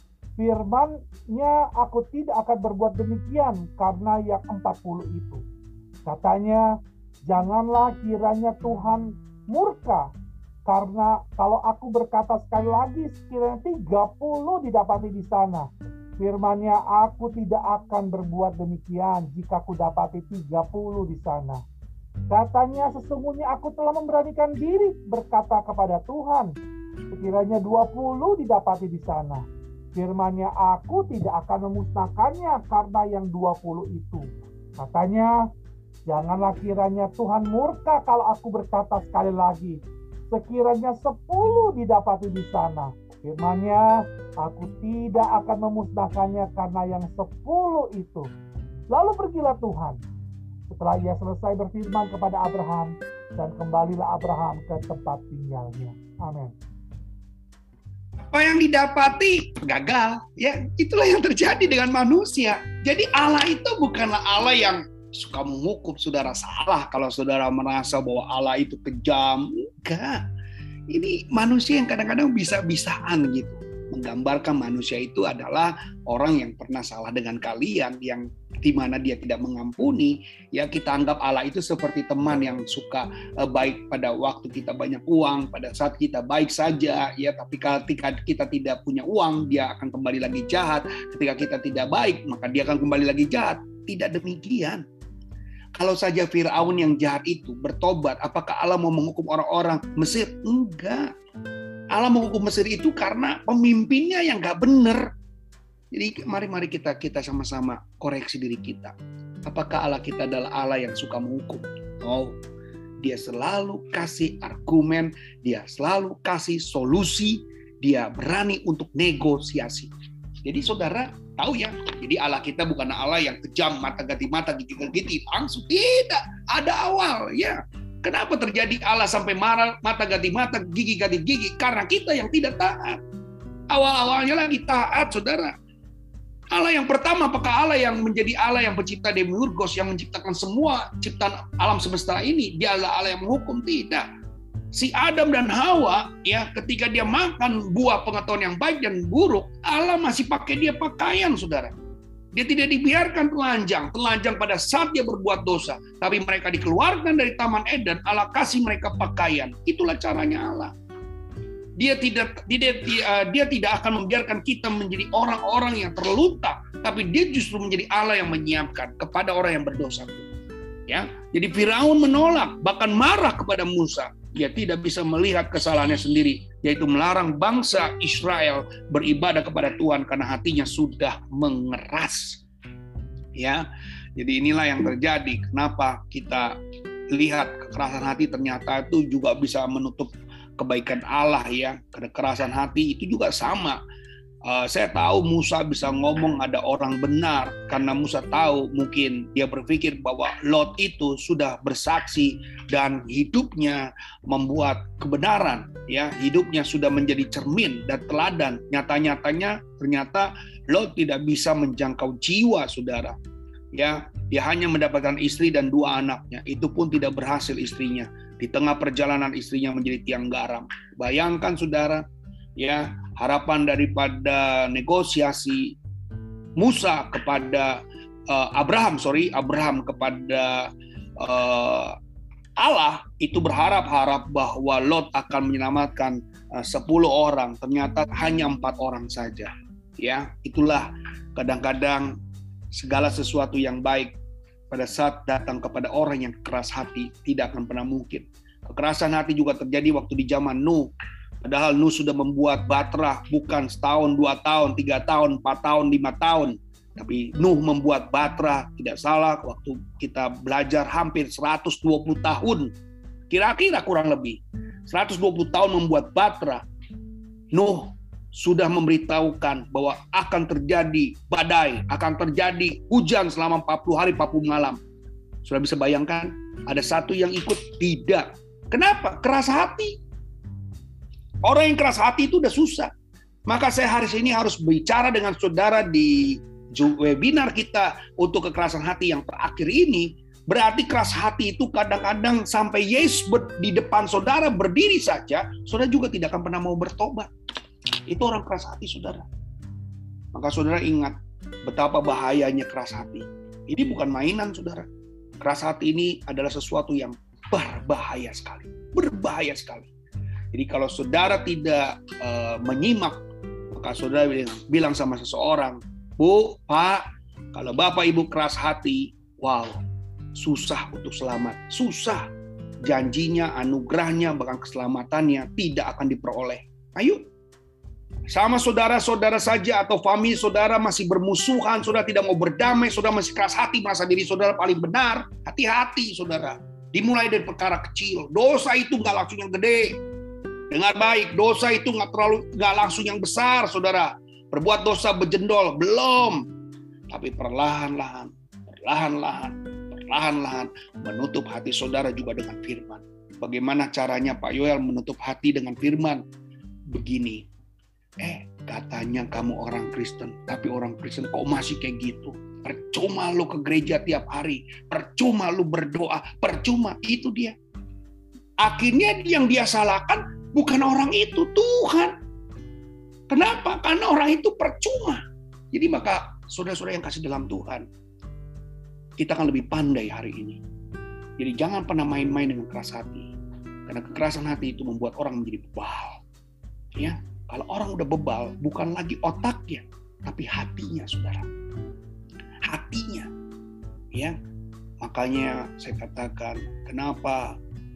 firman-Nya, aku tidak akan berbuat demikian karena yang empat puluh itu. Katanya, janganlah kiranya Tuhan murka, karena kalau aku berkata sekali lagi, sekiranya tiga puluh didapati di sana, firman-Nya, aku tidak akan berbuat demikian jika aku dapati tiga puluh di sana. Katanya, sesungguhnya aku telah memberanikan diri berkata kepada Tuhan, sekiranya dua puluh didapati di sana, firman-Nya, aku tidak akan memusnahkannya karena yang dua puluh itu. Katanya, janganlah kiranya Tuhan murka kalau aku berkata sekali lagi, sekiranya sepuluh didapati di sana, firman-Nya, aku tidak akan memusnahkannya karena yang sepuluh itu. Lalu pergilah Tuhan setelah ia selesai berfirman kepada Abraham, dan kembalilah Abraham ke tempat tinggalnya. Amin. Apa yang didapati gagal, ya itulah yang terjadi dengan manusia. Jadi Allah itu bukanlah Allah yang suka menghukum saudara. Salah kalau saudara merasa bahwa Allah itu kejam. Enggak. Ini manusia yang kadang-kadang bisa-bisaan gitu. menggambarkan manusia itu adalah orang yang pernah salah dengan kalian, yang di mana dia tidak mengampuni. Ya, kita anggap Allah itu seperti teman yang suka uh, baik pada waktu kita banyak uang, pada saat kita baik saja, ya. Tapi ketika kita tidak punya uang, dia akan kembali lagi jahat. Ketika kita tidak baik, maka dia akan kembali lagi jahat. Tidak demikian. Kalau saja Firaun yang jahat itu bertobat, apakah Allah mau menghukum orang-orang Mesir? Enggak. Allah menghukum Mesir itu karena pemimpinnya yang nggak benar. Jadi mari-mari kita kita sama-sama koreksi diri kita. Apakah Allah kita adalah Allah yang suka menghukum? Oh, dia selalu kasih argumen, dia selalu kasih solusi, dia berani untuk negosiasi. Jadi saudara tahu ya, jadi Allah kita bukan Allah yang kejam, mata ganti mata, gigi ganti langsung, tidak. Ada awal ya. Kenapa terjadi Allah sampai marah, mata ganti mata, gigi ganti gigi? Karena kita yang tidak taat. Awal-awalnya lagi taat, saudara. Allah yang pertama, apakah Allah yang menjadi Allah yang pencipta Demiurgos, yang menciptakan semua ciptaan alam semesta ini? Dia adalah Allah yang menghukum? Tidak. Si Adam dan Hawa, ya, ketika dia makan buah pengetahuan yang baik dan buruk, Allah masih pakai dia pakaian, saudara. Dia tidak dibiarkan telanjang, telanjang pada saat dia berbuat dosa. Tapi mereka dikeluarkan dari Taman Eden, Allah kasih mereka pakaian. Itulah caranya Allah. Dia tidak, dia, dia tidak akan membiarkan kita menjadi orang-orang yang terlunta, tapi dia justru menjadi Allah yang menyiapkan kepada orang yang berdosa. Ya, jadi Firaun menolak, bahkan marah kepada Musa. Dia tidak bisa melihat kesalahannya sendiri, yaitu melarang bangsa Israel beribadah kepada Tuhan karena hatinya sudah mengeras. Ya, jadi inilah yang terjadi. Kenapa kita lihat kekerasan hati ternyata itu juga bisa menutup kebaikan Allah, ya. Kekerasan hati itu juga sama. Uh, saya tahu Musa bisa ngomong ada orang benar karena Musa tahu, mungkin dia berpikir bahwa Lot itu sudah bersaksi dan hidupnya membuat kebenaran, ya, hidupnya sudah menjadi cermin dan teladan. Nyata-nyatanya ternyata Lot tidak bisa menjangkau jiwa, saudara. Ya, dia hanya mendapatkan istri dan dua anaknya. Itu pun tidak berhasil istrinya. Di tengah perjalanan istrinya menjadi tiang garam. Bayangkan, saudara, ya, harapan daripada negosiasi Musa kepada uh, Abraham, sorry, Abraham kepada uh, Allah itu berharap-harap bahwa Lot akan menyelamatkan uh, sepuluh orang, ternyata hanya empat orang saja. Ya, itulah kadang-kadang segala sesuatu yang baik pada saat datang kepada orang yang keras hati tidak akan pernah mungkin. Kekerasan hati juga terjadi waktu di zaman Nuh. Padahal Nuh sudah membuat Batrah bukan setahun, dua tahun, tiga tahun, empat tahun, lima tahun. Tapi Nuh membuat Batrah, tidak salah, waktu kita belajar hampir seratus dua puluh tahun. Kira-kira kurang lebih. seratus dua puluh tahun membuat Batrah. Nuh sudah memberitahukan bahwa akan terjadi badai, akan terjadi hujan selama empat puluh hari, empat puluh malam. Sudah bisa bayangkan? Ada satu yang ikut? Tidak. Kenapa? Keras hati. Orang yang keras hati itu udah susah. Maka saya hari ini harus bicara dengan saudara di webinar kita untuk kekerasan hati yang terakhir ini. Berarti keras hati itu kadang-kadang sampai Yesus di depan saudara berdiri saja, saudara juga tidak akan pernah mau bertobat. Itu orang keras hati, saudara. Maka saudara ingat betapa bahayanya keras hati. Ini bukan mainan, saudara. Keras hati ini adalah sesuatu yang berbahaya sekali. Berbahaya sekali. Jadi kalau saudara tidak uh, menyimak, maka saudara bilang, bilang sama seseorang, Bu, Pak, kalau Bapak Ibu keras hati, wow, susah untuk selamat. Susah. Janjinya, anugerahnya, bahkan keselamatannya tidak akan diperoleh. Ayo. Sama saudara-saudara saja atau famili saudara masih bermusuhan, saudara tidak mau berdamai, saudara masih keras hati, merasa diri saudara paling benar. Hati-hati, saudara. Dimulai dari perkara kecil. Dosa itu nggak langsung yang gede. Dengar baik, dosa itu nggak terlalu nggak langsung yang besar, saudara. Berbuat dosa bejendol belum, tapi perlahan-lahan, perlahan-lahan, perlahan-lahan menutup hati saudara juga dengan firman. Bagaimana caranya Pak Yoel menutup hati dengan firman? Begini, eh katanya kamu orang Kristen, tapi orang Kristen kok masih kayak gitu? Percuma lu ke gereja tiap hari, percuma lu berdoa, percuma. Itu dia. Akhirnya yang dia salahkan bukan orang itu, Tuhan. Kenapa? Karena orang itu percuma. Jadi maka saudara-saudara yang kasih dalam Tuhan, kita akan lebih pandai hari ini. Jadi jangan pernah main-main dengan keras hati. Karena kekerasan hati itu membuat orang menjadi bebal. Ya, kalau orang udah bebal, bukan lagi otaknya, tapi hatinya, saudara. Hatinya. Ya, makanya saya katakan, kenapa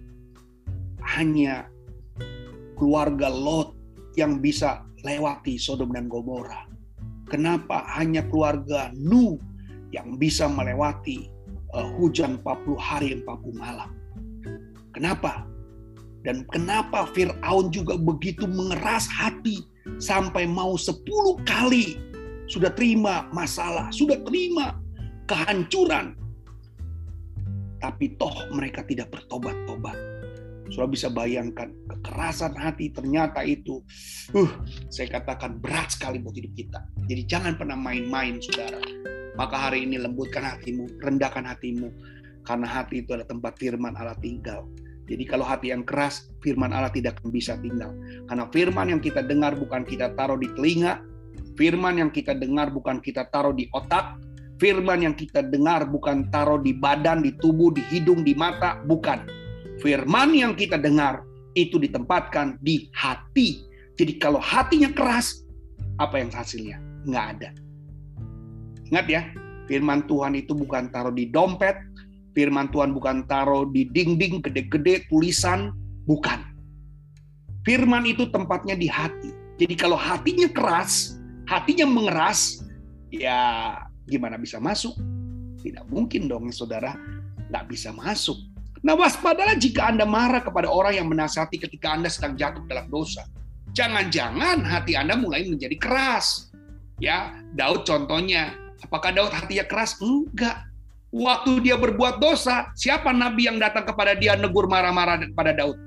hanya keluarga Lot yang bisa lewati Sodom dan Gomora? Kenapa hanya keluarga Nuh yang bisa melewati uh, hujan empat puluh hari empat puluh malam? Kenapa? Dan kenapa Fir'aun juga begitu mengeras hati sampai mau sepuluh kali sudah terima masalah, sudah terima kehancuran. Tapi toh mereka tidak bertobat-tobat. Saudara bisa bayangkan kekerasan hati ternyata itu, uh, saya katakan berat sekali buat hidup kita. Jadi jangan pernah main-main, saudara. Maka hari ini lembutkan hatimu, rendahkan hatimu, karena hati itu adalah tempat firman Allah tinggal. Jadi kalau hati yang keras, firman Allah tidak akan bisa tinggal. Karena firman yang kita dengar bukan kita taruh di telinga, firman yang kita dengar bukan kita taruh di otak, firman yang kita dengar bukan taruh di badan, di tubuh, di hidung, di mata, bukan. Firman yang kita dengar itu ditempatkan di hati. Jadi kalau hatinya keras, apa yang hasilnya? Nggak ada. Ingat ya, firman Tuhan itu bukan taruh di dompet, firman Tuhan bukan taruh di dinding gede-gede tulisan, bukan. Firman itu tempatnya di hati. Jadi kalau hatinya keras, hatinya mengeras, ya gimana bisa masuk? Tidak mungkin dong, saudara, nggak bisa masuk. Nah, waspadalah jika Anda marah kepada orang yang menasihati ketika Anda sedang jatuh dalam dosa. Jangan-jangan hati Anda mulai menjadi keras. Ya, Daud contohnya. Apakah Daud hatinya keras? Enggak. Waktu dia berbuat dosa, siapa nabi yang datang kepada dia negur marah-marah kepada Daud?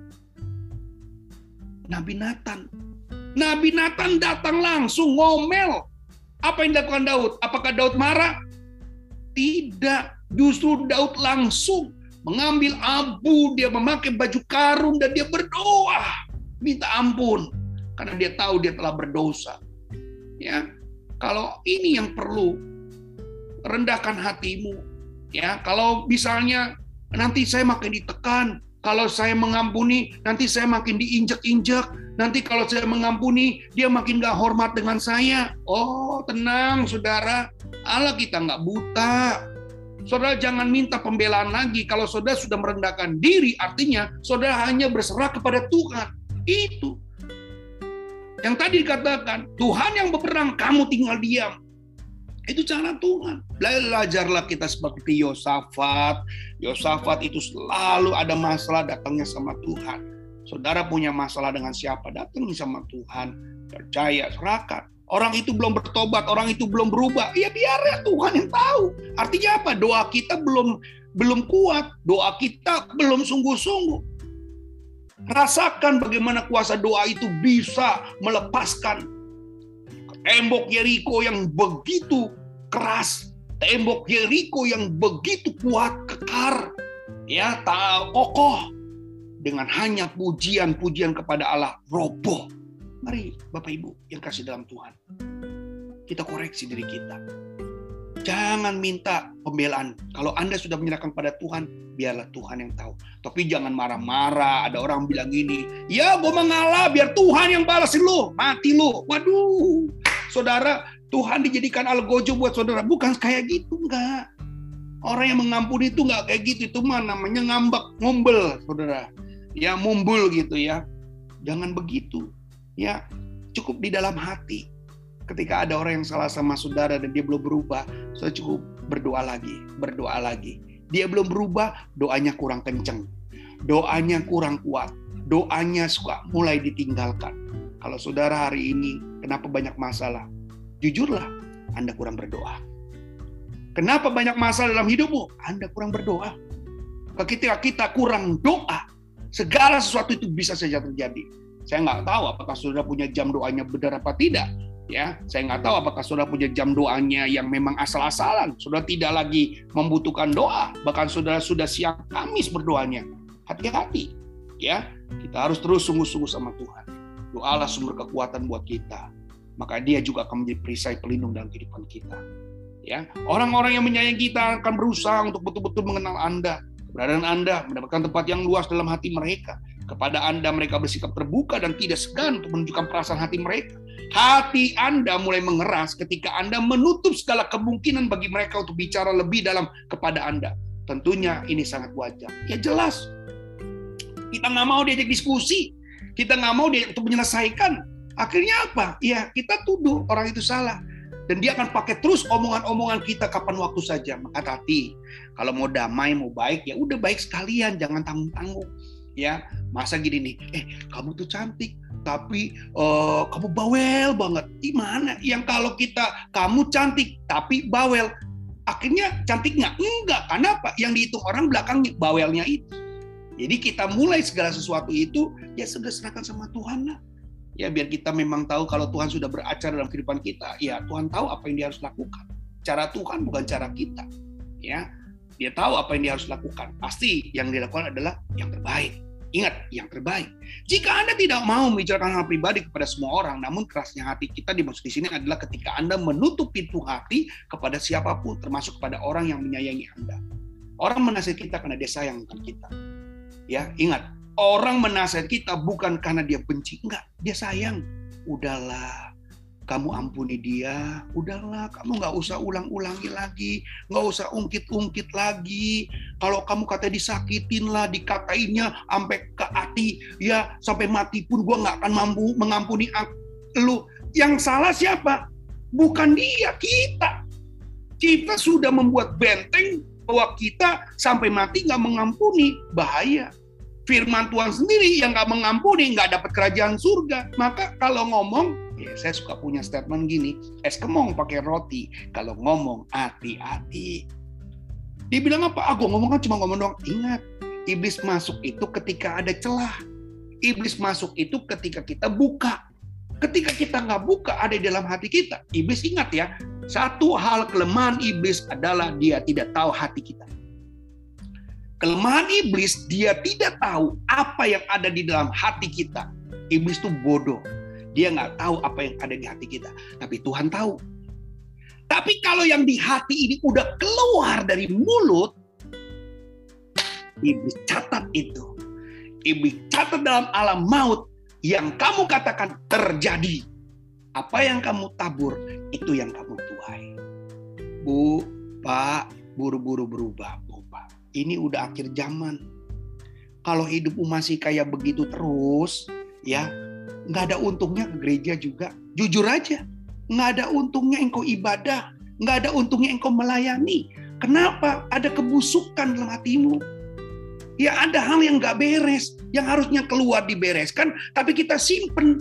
Nabi Nathan. Nabi Nathan datang langsung ngomel. Apa yang dilakukan Daud? Apakah Daud marah? Tidak. Justru Daud langsung mengambil abu, dia memakai baju karung, dan dia berdoa. Minta ampun. Karena dia tahu dia telah berdosa. Ya, kalau ini yang perlu, rendahkan hatimu. Ya, kalau misalnya nanti saya makin ditekan, kalau saya mengampuni, nanti saya makin diinjak-injak, nanti kalau saya mengampuni, dia makin gak hormat dengan saya. Oh, tenang saudara, Allah kita gak buta. Saudara jangan minta pembelaan lagi. Kalau saudara sudah merendahkan diri, artinya saudara hanya berserah kepada Tuhan. Itu. Yang tadi dikatakan, Tuhan yang berperang, kamu tinggal diam. Itu cara Tuhan. Belajarlah kita seperti Yosafat. Yosafat itu selalu ada masalah datangnya sama Tuhan. Saudara punya masalah dengan siapa? Datang sama Tuhan. Percaya, serahkan. Orang itu belum bertobat, orang itu belum berubah. Ya biar ya Tuhan yang tahu. Artinya apa? Doa kita belum belum kuat. Doa kita belum sungguh-sungguh. Rasakan bagaimana kuasa doa itu bisa melepaskan tembok Yeriko yang begitu keras, tembok Yeriko yang begitu kuat, kekar, ya, tak kokoh, dengan hanya pujian-pujian kepada Allah roboh. Mari Bapak Ibu yang kasih dalam Tuhan, kita koreksi diri kita. Jangan minta pembelaan. Kalau Anda sudah menyerahkan pada Tuhan, biarlah Tuhan yang tahu. Tapi jangan marah-marah. Ada orang bilang gini, ya gue mengalah, biar Tuhan yang balasin lo, mati lo. Waduh, saudara, Tuhan dijadikan algojo buat saudara. Bukan kayak gitu, enggak. Orang yang mengampuni itu enggak kayak gitu. Itu mah namanya ngambek, ngumbel, saudara. Ya, mumbul gitu ya. Jangan begitu. Ya, cukup di dalam hati. Ketika ada orang yang salah sama saudara dan dia belum berubah, saudara cukup berdoa lagi, berdoa lagi. Dia belum berubah, doanya kurang kenceng. Doanya kurang kuat. Doanya suka mulai ditinggalkan. Kalau saudara hari ini, kenapa banyak masalah? Jujurlah, Anda kurang berdoa. Kenapa banyak masalah dalam hidupmu? Anda kurang berdoa. Ketika kita kurang doa, segala sesuatu itu bisa saja terjadi. Saya nggak tahu apakah saudara punya jam doanya benar apa tidak. Ya, saya nggak tahu apakah saudara punya jam doanya yang memang asal-asalan. Saudara tidak lagi membutuhkan doa, bahkan saudara sudah siang Kamis berdoanya. Hati-hati, ya. Kita harus terus sungguh-sungguh sama Tuhan. Doalah sumber kekuatan buat kita. maka Dia juga akan menjadi perisai pelindung dalam kehidupan kita. Ya, orang-orang yang menyayangi kita akan berusaha untuk betul-betul mengenal Anda, keberadaan Anda, mendapatkan tempat yang luas dalam hati mereka. Kepada Anda mereka bersikap terbuka dan tidak segan untuk menunjukkan perasaan hati mereka. Hati Anda mulai mengeras ketika Anda menutup segala kemungkinan bagi mereka untuk bicara lebih dalam kepada Anda. Tentunya ini sangat wajar. Ya jelas, kita nggak mau diajak diskusi, kita nggak mau dia untuk menyelesaikan. Akhirnya apa? Ya kita tuduh orang itu salah. Dan dia akan pakai terus omongan-omongan kita kapan waktu saja. Maka hati, kalau mau damai, mau baik, ya udah baik sekalian, jangan tanggung-tanggung. Ya, masa gini nih, eh kamu tuh cantik, tapi uh, kamu bawel banget. Gimana? Yang kalau kita, kamu cantik, tapi bawel, akhirnya cantik nggak? Enggak. Kenapa? Yang dihitung orang belakangnya, bawelnya itu. Jadi kita mulai segala sesuatu itu, ya sudah serahkan sama Tuhan lah. Ya biar kita memang tahu kalau Tuhan sudah beracara dalam kehidupan kita, ya Tuhan tahu apa yang Dia harus lakukan. Cara Tuhan bukan cara kita. Ya, Dia tahu apa yang Dia harus lakukan. Pasti yang Dia lakukan adalah yang terbaik. Ingat, yang terbaik. Jika Anda tidak mau membicarakan hal pribadi kepada semua orang, namun kerasnya hati kita dimaksud di sini adalah ketika Anda menutup pintu hati kepada siapapun, termasuk kepada orang yang menyayangi Anda. Orang menasihati kita karena dia sayang dengan kita. Ya, ingat. Orang menasihat kita bukan karena dia benci, enggak, dia sayang. Udahlah, kamu ampuni dia. Udahlah, kamu nggak usah ulang-ulangi lagi, nggak usah ungkit-ungkit lagi. Kalau kamu kata disakitin lah, dikatainnya sampai ke hati, ya sampai mati pun gue nggak akan mampu mengampuni lu. Yang salah siapa? Bukan dia, kita. Kita sudah membuat benteng bahwa kita sampai mati nggak mengampuni, bahaya. Firman Tuhan sendiri yang nggak mengampuni, nggak dapat kerajaan surga. Maka kalau ngomong, ya saya suka punya statement gini, es kemong pakai roti. Kalau ngomong, hati-hati. Dia bilang apa? Ah, gue ngomong kan cuma ngomong doang. Ingat, iblis masuk itu ketika ada celah. Iblis masuk itu ketika kita buka. Ketika kita nggak buka, ada di dalam hati kita. Iblis ingat ya, satu hal kelemahan iblis adalah dia tidak tahu hati kita. Kelemahan iblis, dia tidak tahu apa yang ada di dalam hati kita. Iblis itu bodoh. Dia nggak tahu apa yang ada di hati kita. Tapi Tuhan tahu. Tapi kalau yang di hati ini udah keluar dari mulut, iblis catat itu. Iblis catat dalam alam maut yang kamu katakan terjadi. Apa yang kamu tabur, itu yang kamu tuai. Bu, Pak, buru-buru berubah. Ini udah akhir zaman. Kalau hidupmu masih kayak begitu terus, ya nggak ada untungnya ke gereja juga. Jujur aja, nggak ada untungnya engkau ibadah, nggak ada untungnya engkau melayani. Kenapa? Ada kebusukan dalam hatimu. Ya ada hal yang nggak beres, yang harusnya keluar dibereskan, tapi kita simpen.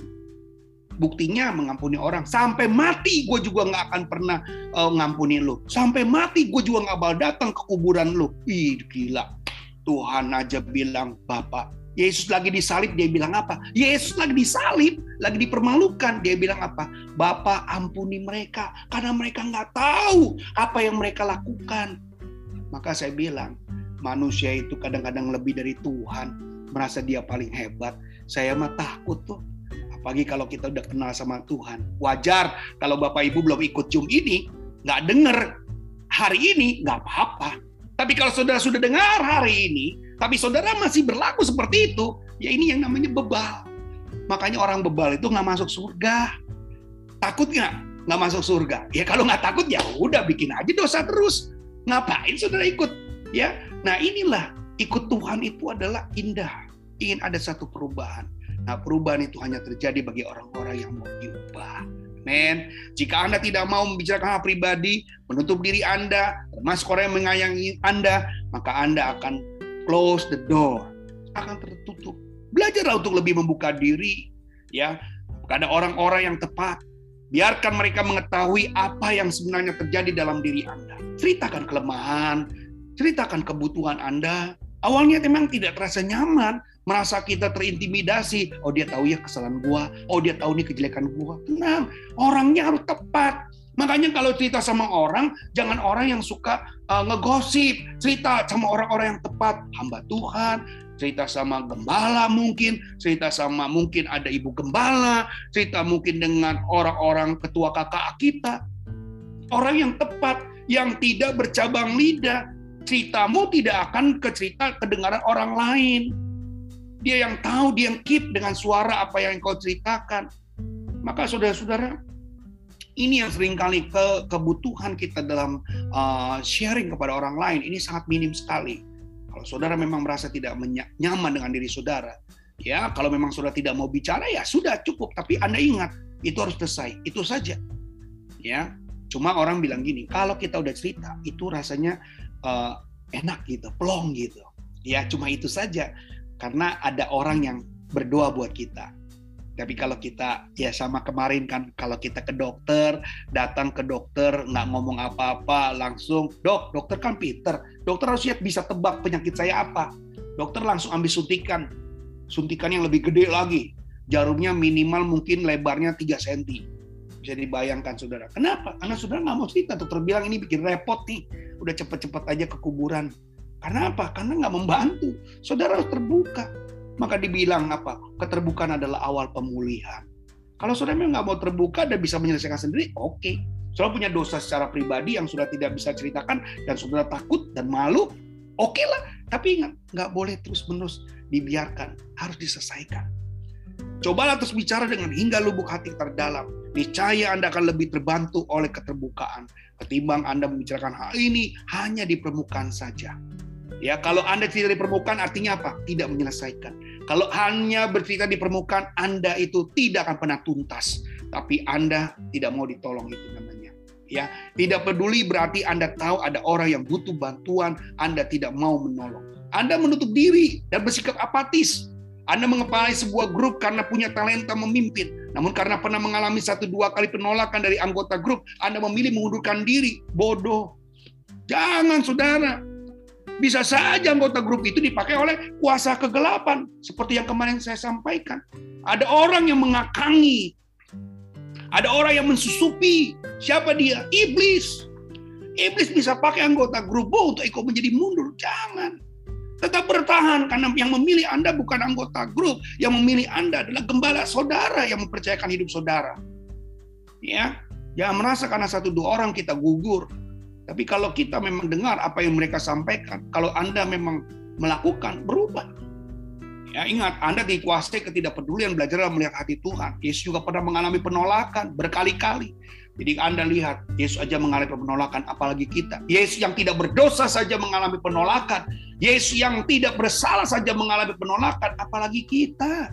Buktinya mengampuni orang. Sampai mati gue juga nggak akan pernah uh, ngampuni lu. Sampai mati gue juga nggak bakal datang ke kuburan lu. Ih gila. Tuhan aja bilang, Bapak. Yesus lagi disalib, dia bilang apa? Yesus lagi disalib, lagi dipermalukan. Dia bilang apa? Bapak ampuni mereka. Karena mereka nggak tahu apa yang mereka lakukan. Maka saya bilang, manusia itu kadang-kadang lebih dari Tuhan. Merasa dia paling hebat. Saya mah takut tuh. Apalagi kalau kita udah kenal sama Tuhan. Wajar kalau Bapak Ibu belum ikut Zoom ini, nggak dengar hari ini, nggak apa-apa. Tapi kalau saudara sudah dengar hari ini, tapi saudara masih berlaku seperti itu, ya ini yang namanya bebal. Makanya orang bebal itu nggak masuk surga. Takut nggak? Nggak masuk surga. Ya kalau nggak takut, ya udah bikin aja dosa terus. Ngapain saudara ikut? Ya, nah inilah ikut Tuhan itu adalah indah. Ingin ada satu perubahan. Nah, perubahan itu hanya terjadi bagi orang-orang yang mau diubah. Amen. Jika Anda tidak mau membicarakan hal pribadi, menutup diri Anda, termasuk orang yang menyayangi Anda, maka Anda akan close the door. Akan tertutup. Belajarlah untuk lebih membuka diri, ya, kepada orang-orang yang tepat. Biarkan mereka mengetahui apa yang sebenarnya terjadi dalam diri Anda. Ceritakan kelemahan, ceritakan kebutuhan Anda. Awalnya memang tidak terasa nyaman, merasa kita terintimidasi. Oh dia tahu ya kesalahan gua, oh dia tahu nih kejelekan gua. Tenang, orangnya harus tepat. Makanya kalau cerita sama orang, jangan orang yang suka uh, ngegosip. Cerita sama orang-orang yang tepat, hamba Tuhan, cerita sama gembala mungkin, cerita sama mungkin ada ibu gembala, cerita mungkin dengan orang-orang ketua K K A kita. Orang yang tepat, yang tidak bercabang lidah. Ceritamu tidak akan ke cerita kedengaran orang lain. Dia yang tahu, dia yang keep dengan suara apa yang kau ceritakan. Maka saudara-saudara, ini yang seringkali ke kebutuhan kita dalam uh, sharing kepada orang lain, ini sangat minim sekali. Kalau saudara memang merasa tidak nyaman dengan diri saudara, ya kalau memang saudara tidak mau bicara, ya sudah cukup. Tapi Anda ingat, itu harus selesai, itu saja. Ya, cuma orang bilang gini, kalau kita udah cerita, itu rasanya uh, enak gitu, plong gitu. Ya cuma itu saja, karena ada orang yang berdoa buat kita. Tapi kalau kita, ya sama kemarin kan, kalau kita ke dokter, datang ke dokter, nggak ngomong apa-apa, langsung, dok, dokter kan pinter, dokter harusnya bisa tebak penyakit saya apa. Dokter langsung ambil suntikan, suntikan yang lebih gede lagi, jarumnya minimal mungkin lebarnya tiga sentimeter. Bisa dibayangkan saudara. Kenapa? Karena saudara nggak mau cerita, dokter bilang ini bikin repot nih, udah cepet-cepet aja ke kuburan. Karena apa? Karena nggak membantu. Saudara harus terbuka. Maka dibilang apa? Keterbukaan adalah awal pemulihan. Kalau saudara memang nggak mau terbuka dan bisa menyelesaikan sendiri, oke. Okay. Saudara punya dosa secara pribadi yang sudah tidak bisa ceritakan dan saudara takut dan malu, oke okay lah. Tapi ingat, nggak boleh terus-menerus dibiarkan, harus diselesaikan. Cobalah terus bicara dengan hingga lubuk hati terdalam. Niscaya Anda akan lebih terbantu oleh keterbukaan ketimbang Anda membicarakan hal ini hanya di permukaan saja. Ya, kalau Anda tidak di permukaan artinya apa? Tidak menyelesaikan. Kalau hanya bercerita di permukaan, Anda itu tidak akan pernah tuntas. Tapi Anda tidak mau ditolong, itu namanya. Ya, tidak peduli berarti Anda tahu ada orang yang butuh bantuan, Anda tidak mau menolong. Anda menutup diri dan bersikap apatis. Anda mengepalai sebuah grup karena punya talenta memimpin. Namun karena pernah mengalami satu dua kali penolakan dari anggota grup, Anda memilih mengundurkan diri. Bodoh. Jangan, saudara. Bisa saja anggota grup itu dipakai oleh kuasa kegelapan. Seperti yang kemarin saya sampaikan. Ada orang yang mengakangi. Ada orang yang mensusupi. Siapa dia? Iblis. Iblis bisa pakai anggota grupmu untuk ikut menjadi mundur. Jangan. Tetap bertahan. Karena yang memilih Anda bukan anggota grup. Yang memilih Anda adalah gembala saudara yang mempercayakan hidup saudara. Ya, jangan merasa karena satu dua orang kita gugur. Tapi kalau kita memang dengar apa yang mereka sampaikan, kalau Anda memang melakukan, berubah. Ya, ingat, Anda dikuasai ketidakpedulian, belajarlah melihat hati Tuhan. Yesus juga pernah mengalami penolakan berkali-kali. Jadi Anda lihat, Yesus aja mengalami penolakan, apalagi kita. Yesus yang tidak berdosa saja mengalami penolakan. Yesus yang tidak bersalah saja mengalami penolakan, apalagi kita.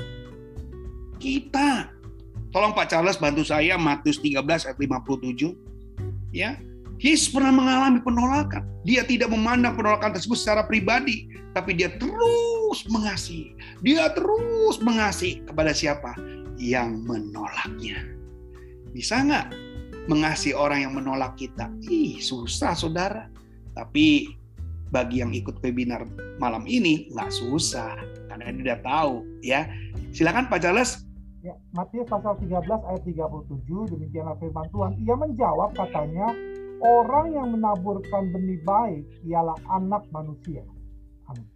Kita. Tolong Pak Charles bantu saya, Matius tiga belas ayat lima puluh tujuh. Ya. Yesus pernah mengalami penolakan. Dia tidak memandang penolakan tersebut secara pribadi, tapi dia terus mengasihi. Dia terus mengasihi kepada siapa? Yang menolaknya. Bisa nggak mengasihi orang yang menolak kita? Ih, susah saudara. Tapi bagi yang ikut webinar malam ini nggak susah, karena dia udah tahu. Ya, silakan Pak Charles. Ya, Matius pasal tiga belas ayat tiga puluh tujuh, demikianlah firman Tuhan. Ia menjawab katanya, orang yang menaburkan benih baik ialah anak manusia. Amin.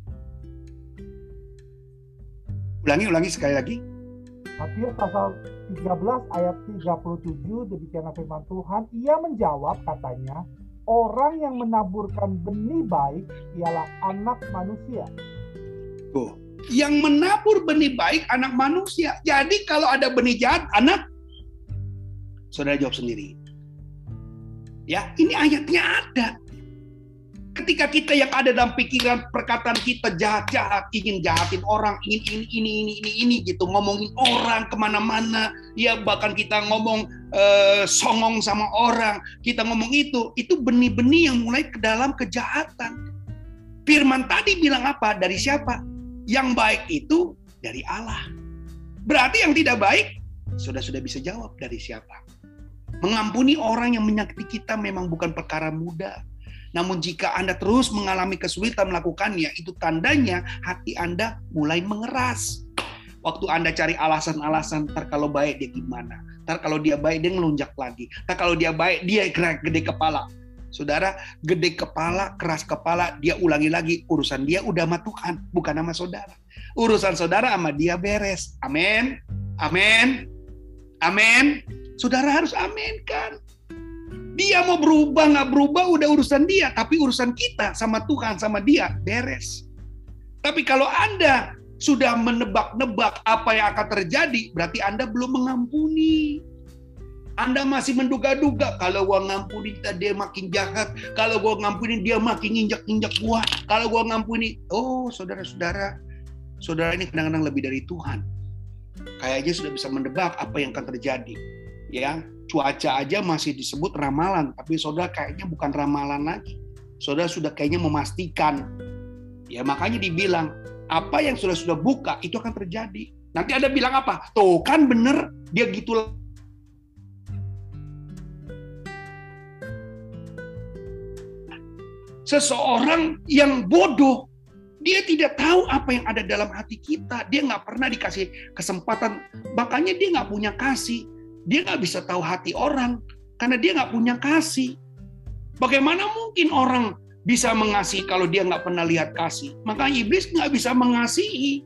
Ulangi, ulangi sekali lagi. Matius pasal tiga belas ayat tiga puluh tujuh, demikianlah firman Tuhan. Ia menjawab katanya, orang yang menaburkan benih baik ialah anak manusia. Tuh, yang menabur benih baik anak manusia. Jadi kalau ada benih jahat, anak, saudara jawab sendiri. Ya, ini ayatnya ada. Ketika kita yang ada dalam pikiran perkataan kita jahat-jahat, ingin jahatin orang, ingin ini, ini, ini, ini, ini gitu, ngomongin orang kemana-mana, ya bahkan kita ngomong eh, songong sama orang, kita ngomong itu, itu benih-benih yang mulai ke dalam kejahatan. Firman tadi bilang apa? Dari siapa? Yang baik itu dari Allah. Berarti yang tidak baik, sudah-sudah bisa jawab dari siapa? Mengampuni orang yang menyakiti kita memang bukan perkara mudah. Namun jika Anda terus mengalami kesulitan melakukannya, itu tandanya hati Anda mulai mengeras. Waktu Anda cari alasan-alasan, ntar kalau baik dia gimana? Ntar kalau dia baik dia ngelunjak lagi. Ntar kalau dia baik dia gede kepala. Saudara, gede kepala, keras kepala, dia ulangi lagi. Urusan dia udah sama Tuhan, bukan sama saudara. Urusan saudara sama dia beres. Amin. Amin. Amin. Saudara harus amin kan. Dia mau berubah, nggak berubah, udah urusan dia. Tapi urusan kita sama Tuhan, sama dia, beres. Tapi kalau Anda sudah menebak-nebak apa yang akan terjadi, berarti Anda belum mengampuni. Anda masih menduga-duga, kalau gua ngampuni dia makin jahat, kalau gua ngampuni dia makin injak-injak gua, kalau gua ngampuni, oh saudara-saudara, saudara ini kadang-kadang lebih dari Tuhan. Kayaknya sudah bisa menebak apa yang akan terjadi. Ya, cuaca aja masih disebut ramalan, tapi saudara kayaknya bukan ramalan lagi. Saudara sudah kayaknya memastikan. Ya, makanya dibilang, apa yang sudah sudah buka itu akan terjadi. Nanti Anda bilang apa? Tuh kan bener, dia gitu. Seseorang yang bodoh, dia tidak tahu apa yang ada dalam hati kita. Dia nggak pernah dikasih kesempatan. Makanya dia nggak punya kasih. Dia nggak bisa tahu hati orang. Karena dia nggak punya kasih. Bagaimana mungkin orang bisa mengasihi kalau dia nggak pernah lihat kasih? Maka iblis nggak bisa mengasihi.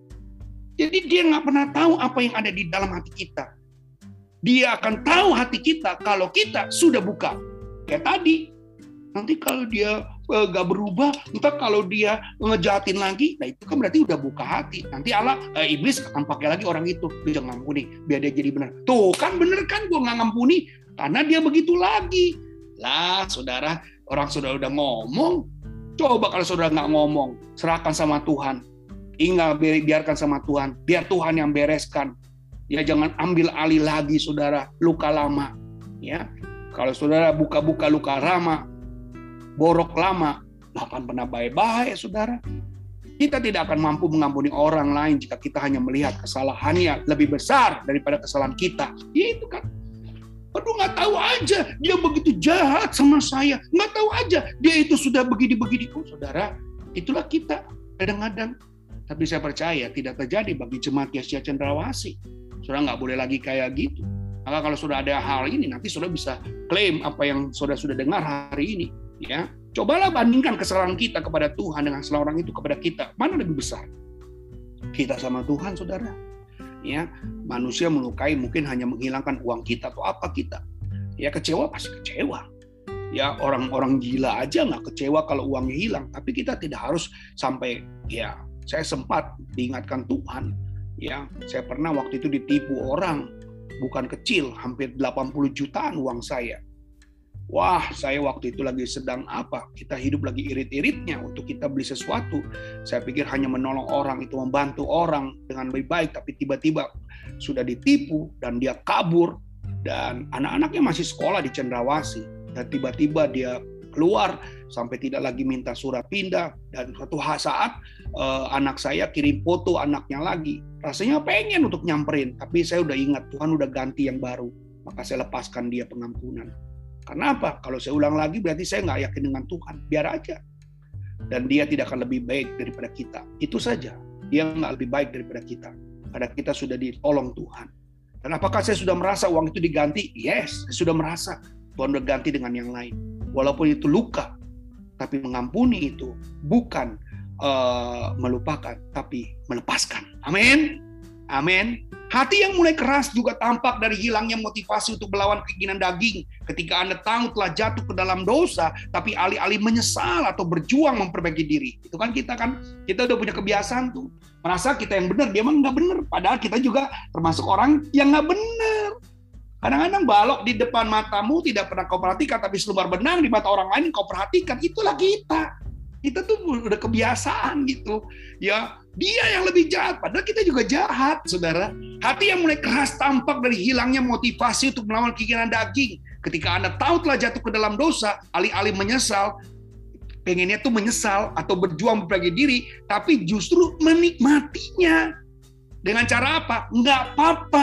Jadi dia nggak pernah tahu apa yang ada di dalam hati kita. Dia akan tahu hati kita kalau kita sudah buka. Kayak tadi. Nanti kalau dia uh, gak berubah, entah kalau dia ngejahatin lagi, nah itu kan berarti udah buka hati. Nanti Allah, uh, iblis akan pakai lagi orang itu. Dia jangan ngampuni, biar dia jadi benar. Tuh kan bener kan gue gak ngampuni, karena dia begitu lagi. Lah saudara, orang saudara udah ngomong, coba kalau saudara gak ngomong, serahkan sama Tuhan. Tinggal biarkan sama Tuhan, biar Tuhan yang bereskan. Ya jangan ambil alih lagi saudara, luka lama. Ya, kalau saudara buka-buka luka lama, borok lama, akan pernah baik-baik, saudara. Kita tidak akan mampu mengampuni orang lain jika kita hanya melihat kesalahannya lebih besar daripada kesalahan kita. Ya itu kan. Aduh, nggak tahu aja dia begitu jahat sama saya. Nggak tahu aja dia itu sudah begini-begini. Oh, saudara, itulah kita kadang-kadang. Tapi saya percaya tidak terjadi bagi jemaat Yesus Cendrawasih. Saudara nggak boleh lagi kayak gitu. Maka kalau sudah ada hal ini, nanti saudara bisa klaim apa yang saudara sudah dengar hari ini. Ya, cobalah bandingkan kesalahan kita kepada Tuhan dengan kesalahan orang itu kepada kita. Mana lebih besar? Kita sama Tuhan, saudara. Ya, manusia melukai mungkin hanya menghilangkan uang kita atau apa kita. Ya, kecewa pasti kecewa. Ya, orang-orang gila aja nggak kecewa kalau uangnya hilang. Tapi kita tidak harus sampai, ya, saya sempat diingatkan Tuhan. Ya, saya pernah waktu itu ditipu orang, bukan kecil, hampir delapan puluh jutaan uang saya. Wah, saya waktu itu lagi sedang apa? Kita hidup lagi irit-iritnya untuk kita beli sesuatu. Saya pikir hanya menolong orang, itu membantu orang dengan lebih baik. Tapi tiba-tiba sudah ditipu dan dia kabur. Dan anak-anaknya masih sekolah di Cendrawasih. Dan tiba-tiba dia keluar sampai tidak lagi minta surat pindah. Dan suatu saat eh, anak saya kirim foto anaknya lagi. Rasanya pengen untuk nyamperin. Tapi saya udah ingat Tuhan udah ganti yang baru. Maka saya lepaskan dia pengampunan. Karena apa? Kalau saya ulang lagi berarti saya nggak yakin dengan Tuhan. Biar aja. Dan dia tidak akan lebih baik daripada kita. Itu saja. Dia nggak lebih baik daripada kita. Karena kita sudah ditolong Tuhan. Dan apakah saya sudah merasa uang itu diganti? Yes, saya sudah merasa. Tuhan udah ganti dengan yang lain. Walaupun itu luka. Tapi mengampuni itu bukan uh, melupakan. Tapi melepaskan. Amin. Amin. Hati yang mulai keras juga tampak dari hilangnya motivasi untuk melawan keinginan daging. Ketika Anda tahu telah jatuh ke dalam dosa, tapi alih-alih menyesal atau berjuang memperbaiki diri. Itu kan kita kan, kita udah punya kebiasaan tuh. Merasa kita yang benar, dia emang nggak benar. Padahal kita juga termasuk orang yang nggak benar. Kadang-kadang balok di depan matamu tidak pernah kau perhatikan, tapi selembar benang di mata orang lain kau perhatikan. Itulah kita. Kita tuh udah kebiasaan gitu. Ya, dia yang lebih jahat, padahal kita juga jahat, saudara. Hati yang mulai keras tampak dari hilangnya motivasi untuk melawan keinginan daging. Ketika Anda tahu telah jatuh ke dalam dosa, alih-alih menyesal, pengennya tuh menyesal atau berjuang memperbaiki diri, tapi justru menikmatinya. Dengan cara apa? Nggak apa-apa.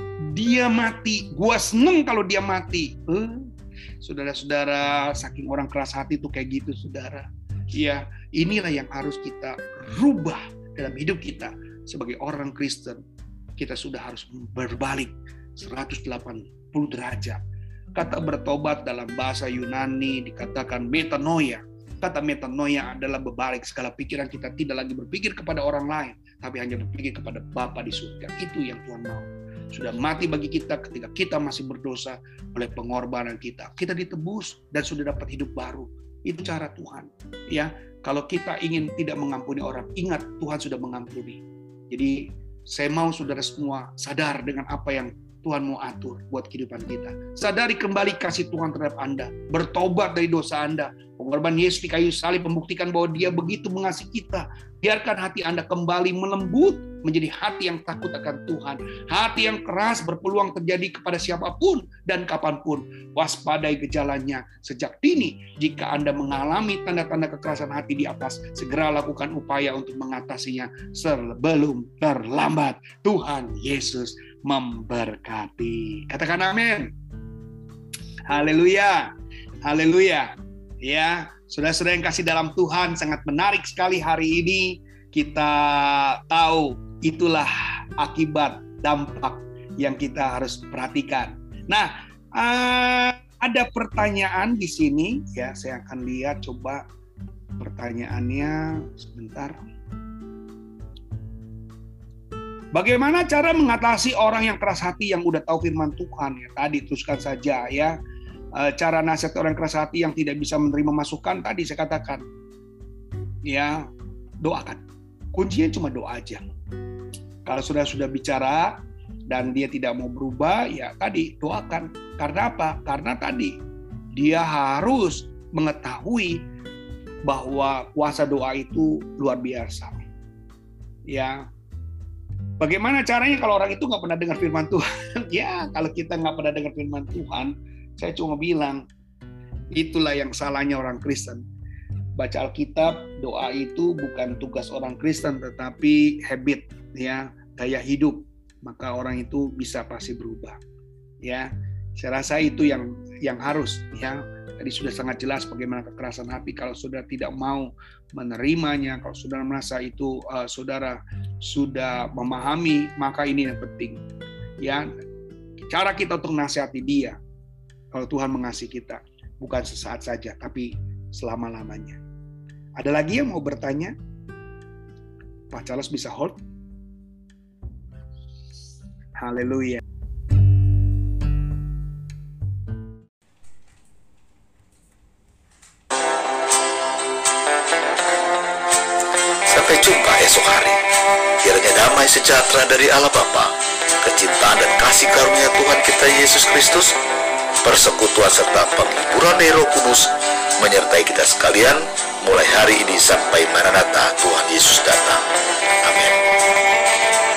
Dia mati. Gua seneng kalau dia mati. Eh, saudara-saudara, saking orang keras hati tuh kayak gitu, saudara. Ya, inilah yang harus kita rubah dalam hidup kita sebagai orang Kristen. Kita sudah harus berbalik seratus delapan puluh derajat. Kata bertobat dalam bahasa Yunani dikatakan metanoia. Kata metanoia adalah berbalik segala pikiran kita, tidak lagi berpikir kepada orang lain, tapi hanya berpikir kepada Bapa di surga. Itu yang Tuhan mau. Sudah mati bagi kita ketika kita masih berdosa, oleh pengorbanan kita. Kita ditebus dan sudah dapat hidup baru. Itu cara Tuhan. Ya, kalau kita ingin tidak mengampuni orang, ingat Tuhan sudah mengampuni. Jadi saya mau saudara semua sadar dengan apa yang Tuhan mau atur buat kehidupan kita. Sadari kembali kasih Tuhan terhadap Anda. Bertobat dari dosa Anda. Pengorbanan Yesus di kayu salib membuktikan bahwa Dia begitu mengasihi kita. Biarkan hati Anda kembali melembut menjadi hati yang takut akan Tuhan. Hati yang keras berpeluang terjadi kepada siapapun dan kapanpun. Waspadai gejalanya sejak dini. Jika Anda mengalami tanda-tanda kekerasan hati di atas, segera lakukan upaya untuk mengatasinya sebelum terlambat. Tuhan Yesus memberkati. Katakan amin. Haleluya. Haleluya. Ya, saudara-saudara yang kasih dalam Tuhan, sangat menarik sekali hari ini kita tahu itulah akibat dampak yang kita harus perhatikan. Nah, uh, ada pertanyaan di sini ya, saya akan lihat coba pertanyaannya sebentar. Bagaimana cara mengatasi orang yang keras hati yang udah tahu firman Tuhan? Ya, tadi teruskan saja ya. Cara nasihat orang keras hati yang tidak bisa menerima masukan tadi saya katakan. Ya, doakan. Kuncinya cuma doa aja. Kalau sudah sudah bicara dan dia tidak mau berubah, ya tadi doakan. Karena apa? Karena tadi dia harus mengetahui bahwa kuasa doa itu luar biasa. Ya. Bagaimana caranya kalau orang itu nggak pernah dengar firman Tuhan? Ya, kalau kita nggak pernah dengar firman Tuhan, saya cuma bilang, itulah yang salahnya orang Kristen. Baca Alkitab, doa itu bukan tugas orang Kristen, tetapi habit, ya, gaya hidup. Maka orang itu bisa pasti berubah. Ya, saya rasa itu yang yang harus. Ya, tadi sudah sangat jelas bagaimana kekerasan hati. Kalau saudara tidak mau menerimanya, kalau saudara merasa itu uh, saudara sudah memahami, maka ini yang penting. Ya, cara kita untuk nasihati dia. Kalau Tuhan mengasihi kita, bukan sesaat saja, tapi selama-lamanya. Ada lagi yang mau bertanya? Pak Charles bisa hold? Haleluya. Sampai jumpa esok hari. Kiranya damai sejahtera dari Allah Bapa, kecintaan dan kasih karunia Tuhan kita Yesus Kristus, persekutuan serta penghiburan dari Roh Kudus menyertai kita sekalian mulai hari ini sampai Maranatha Tuhan Yesus datang. Amin.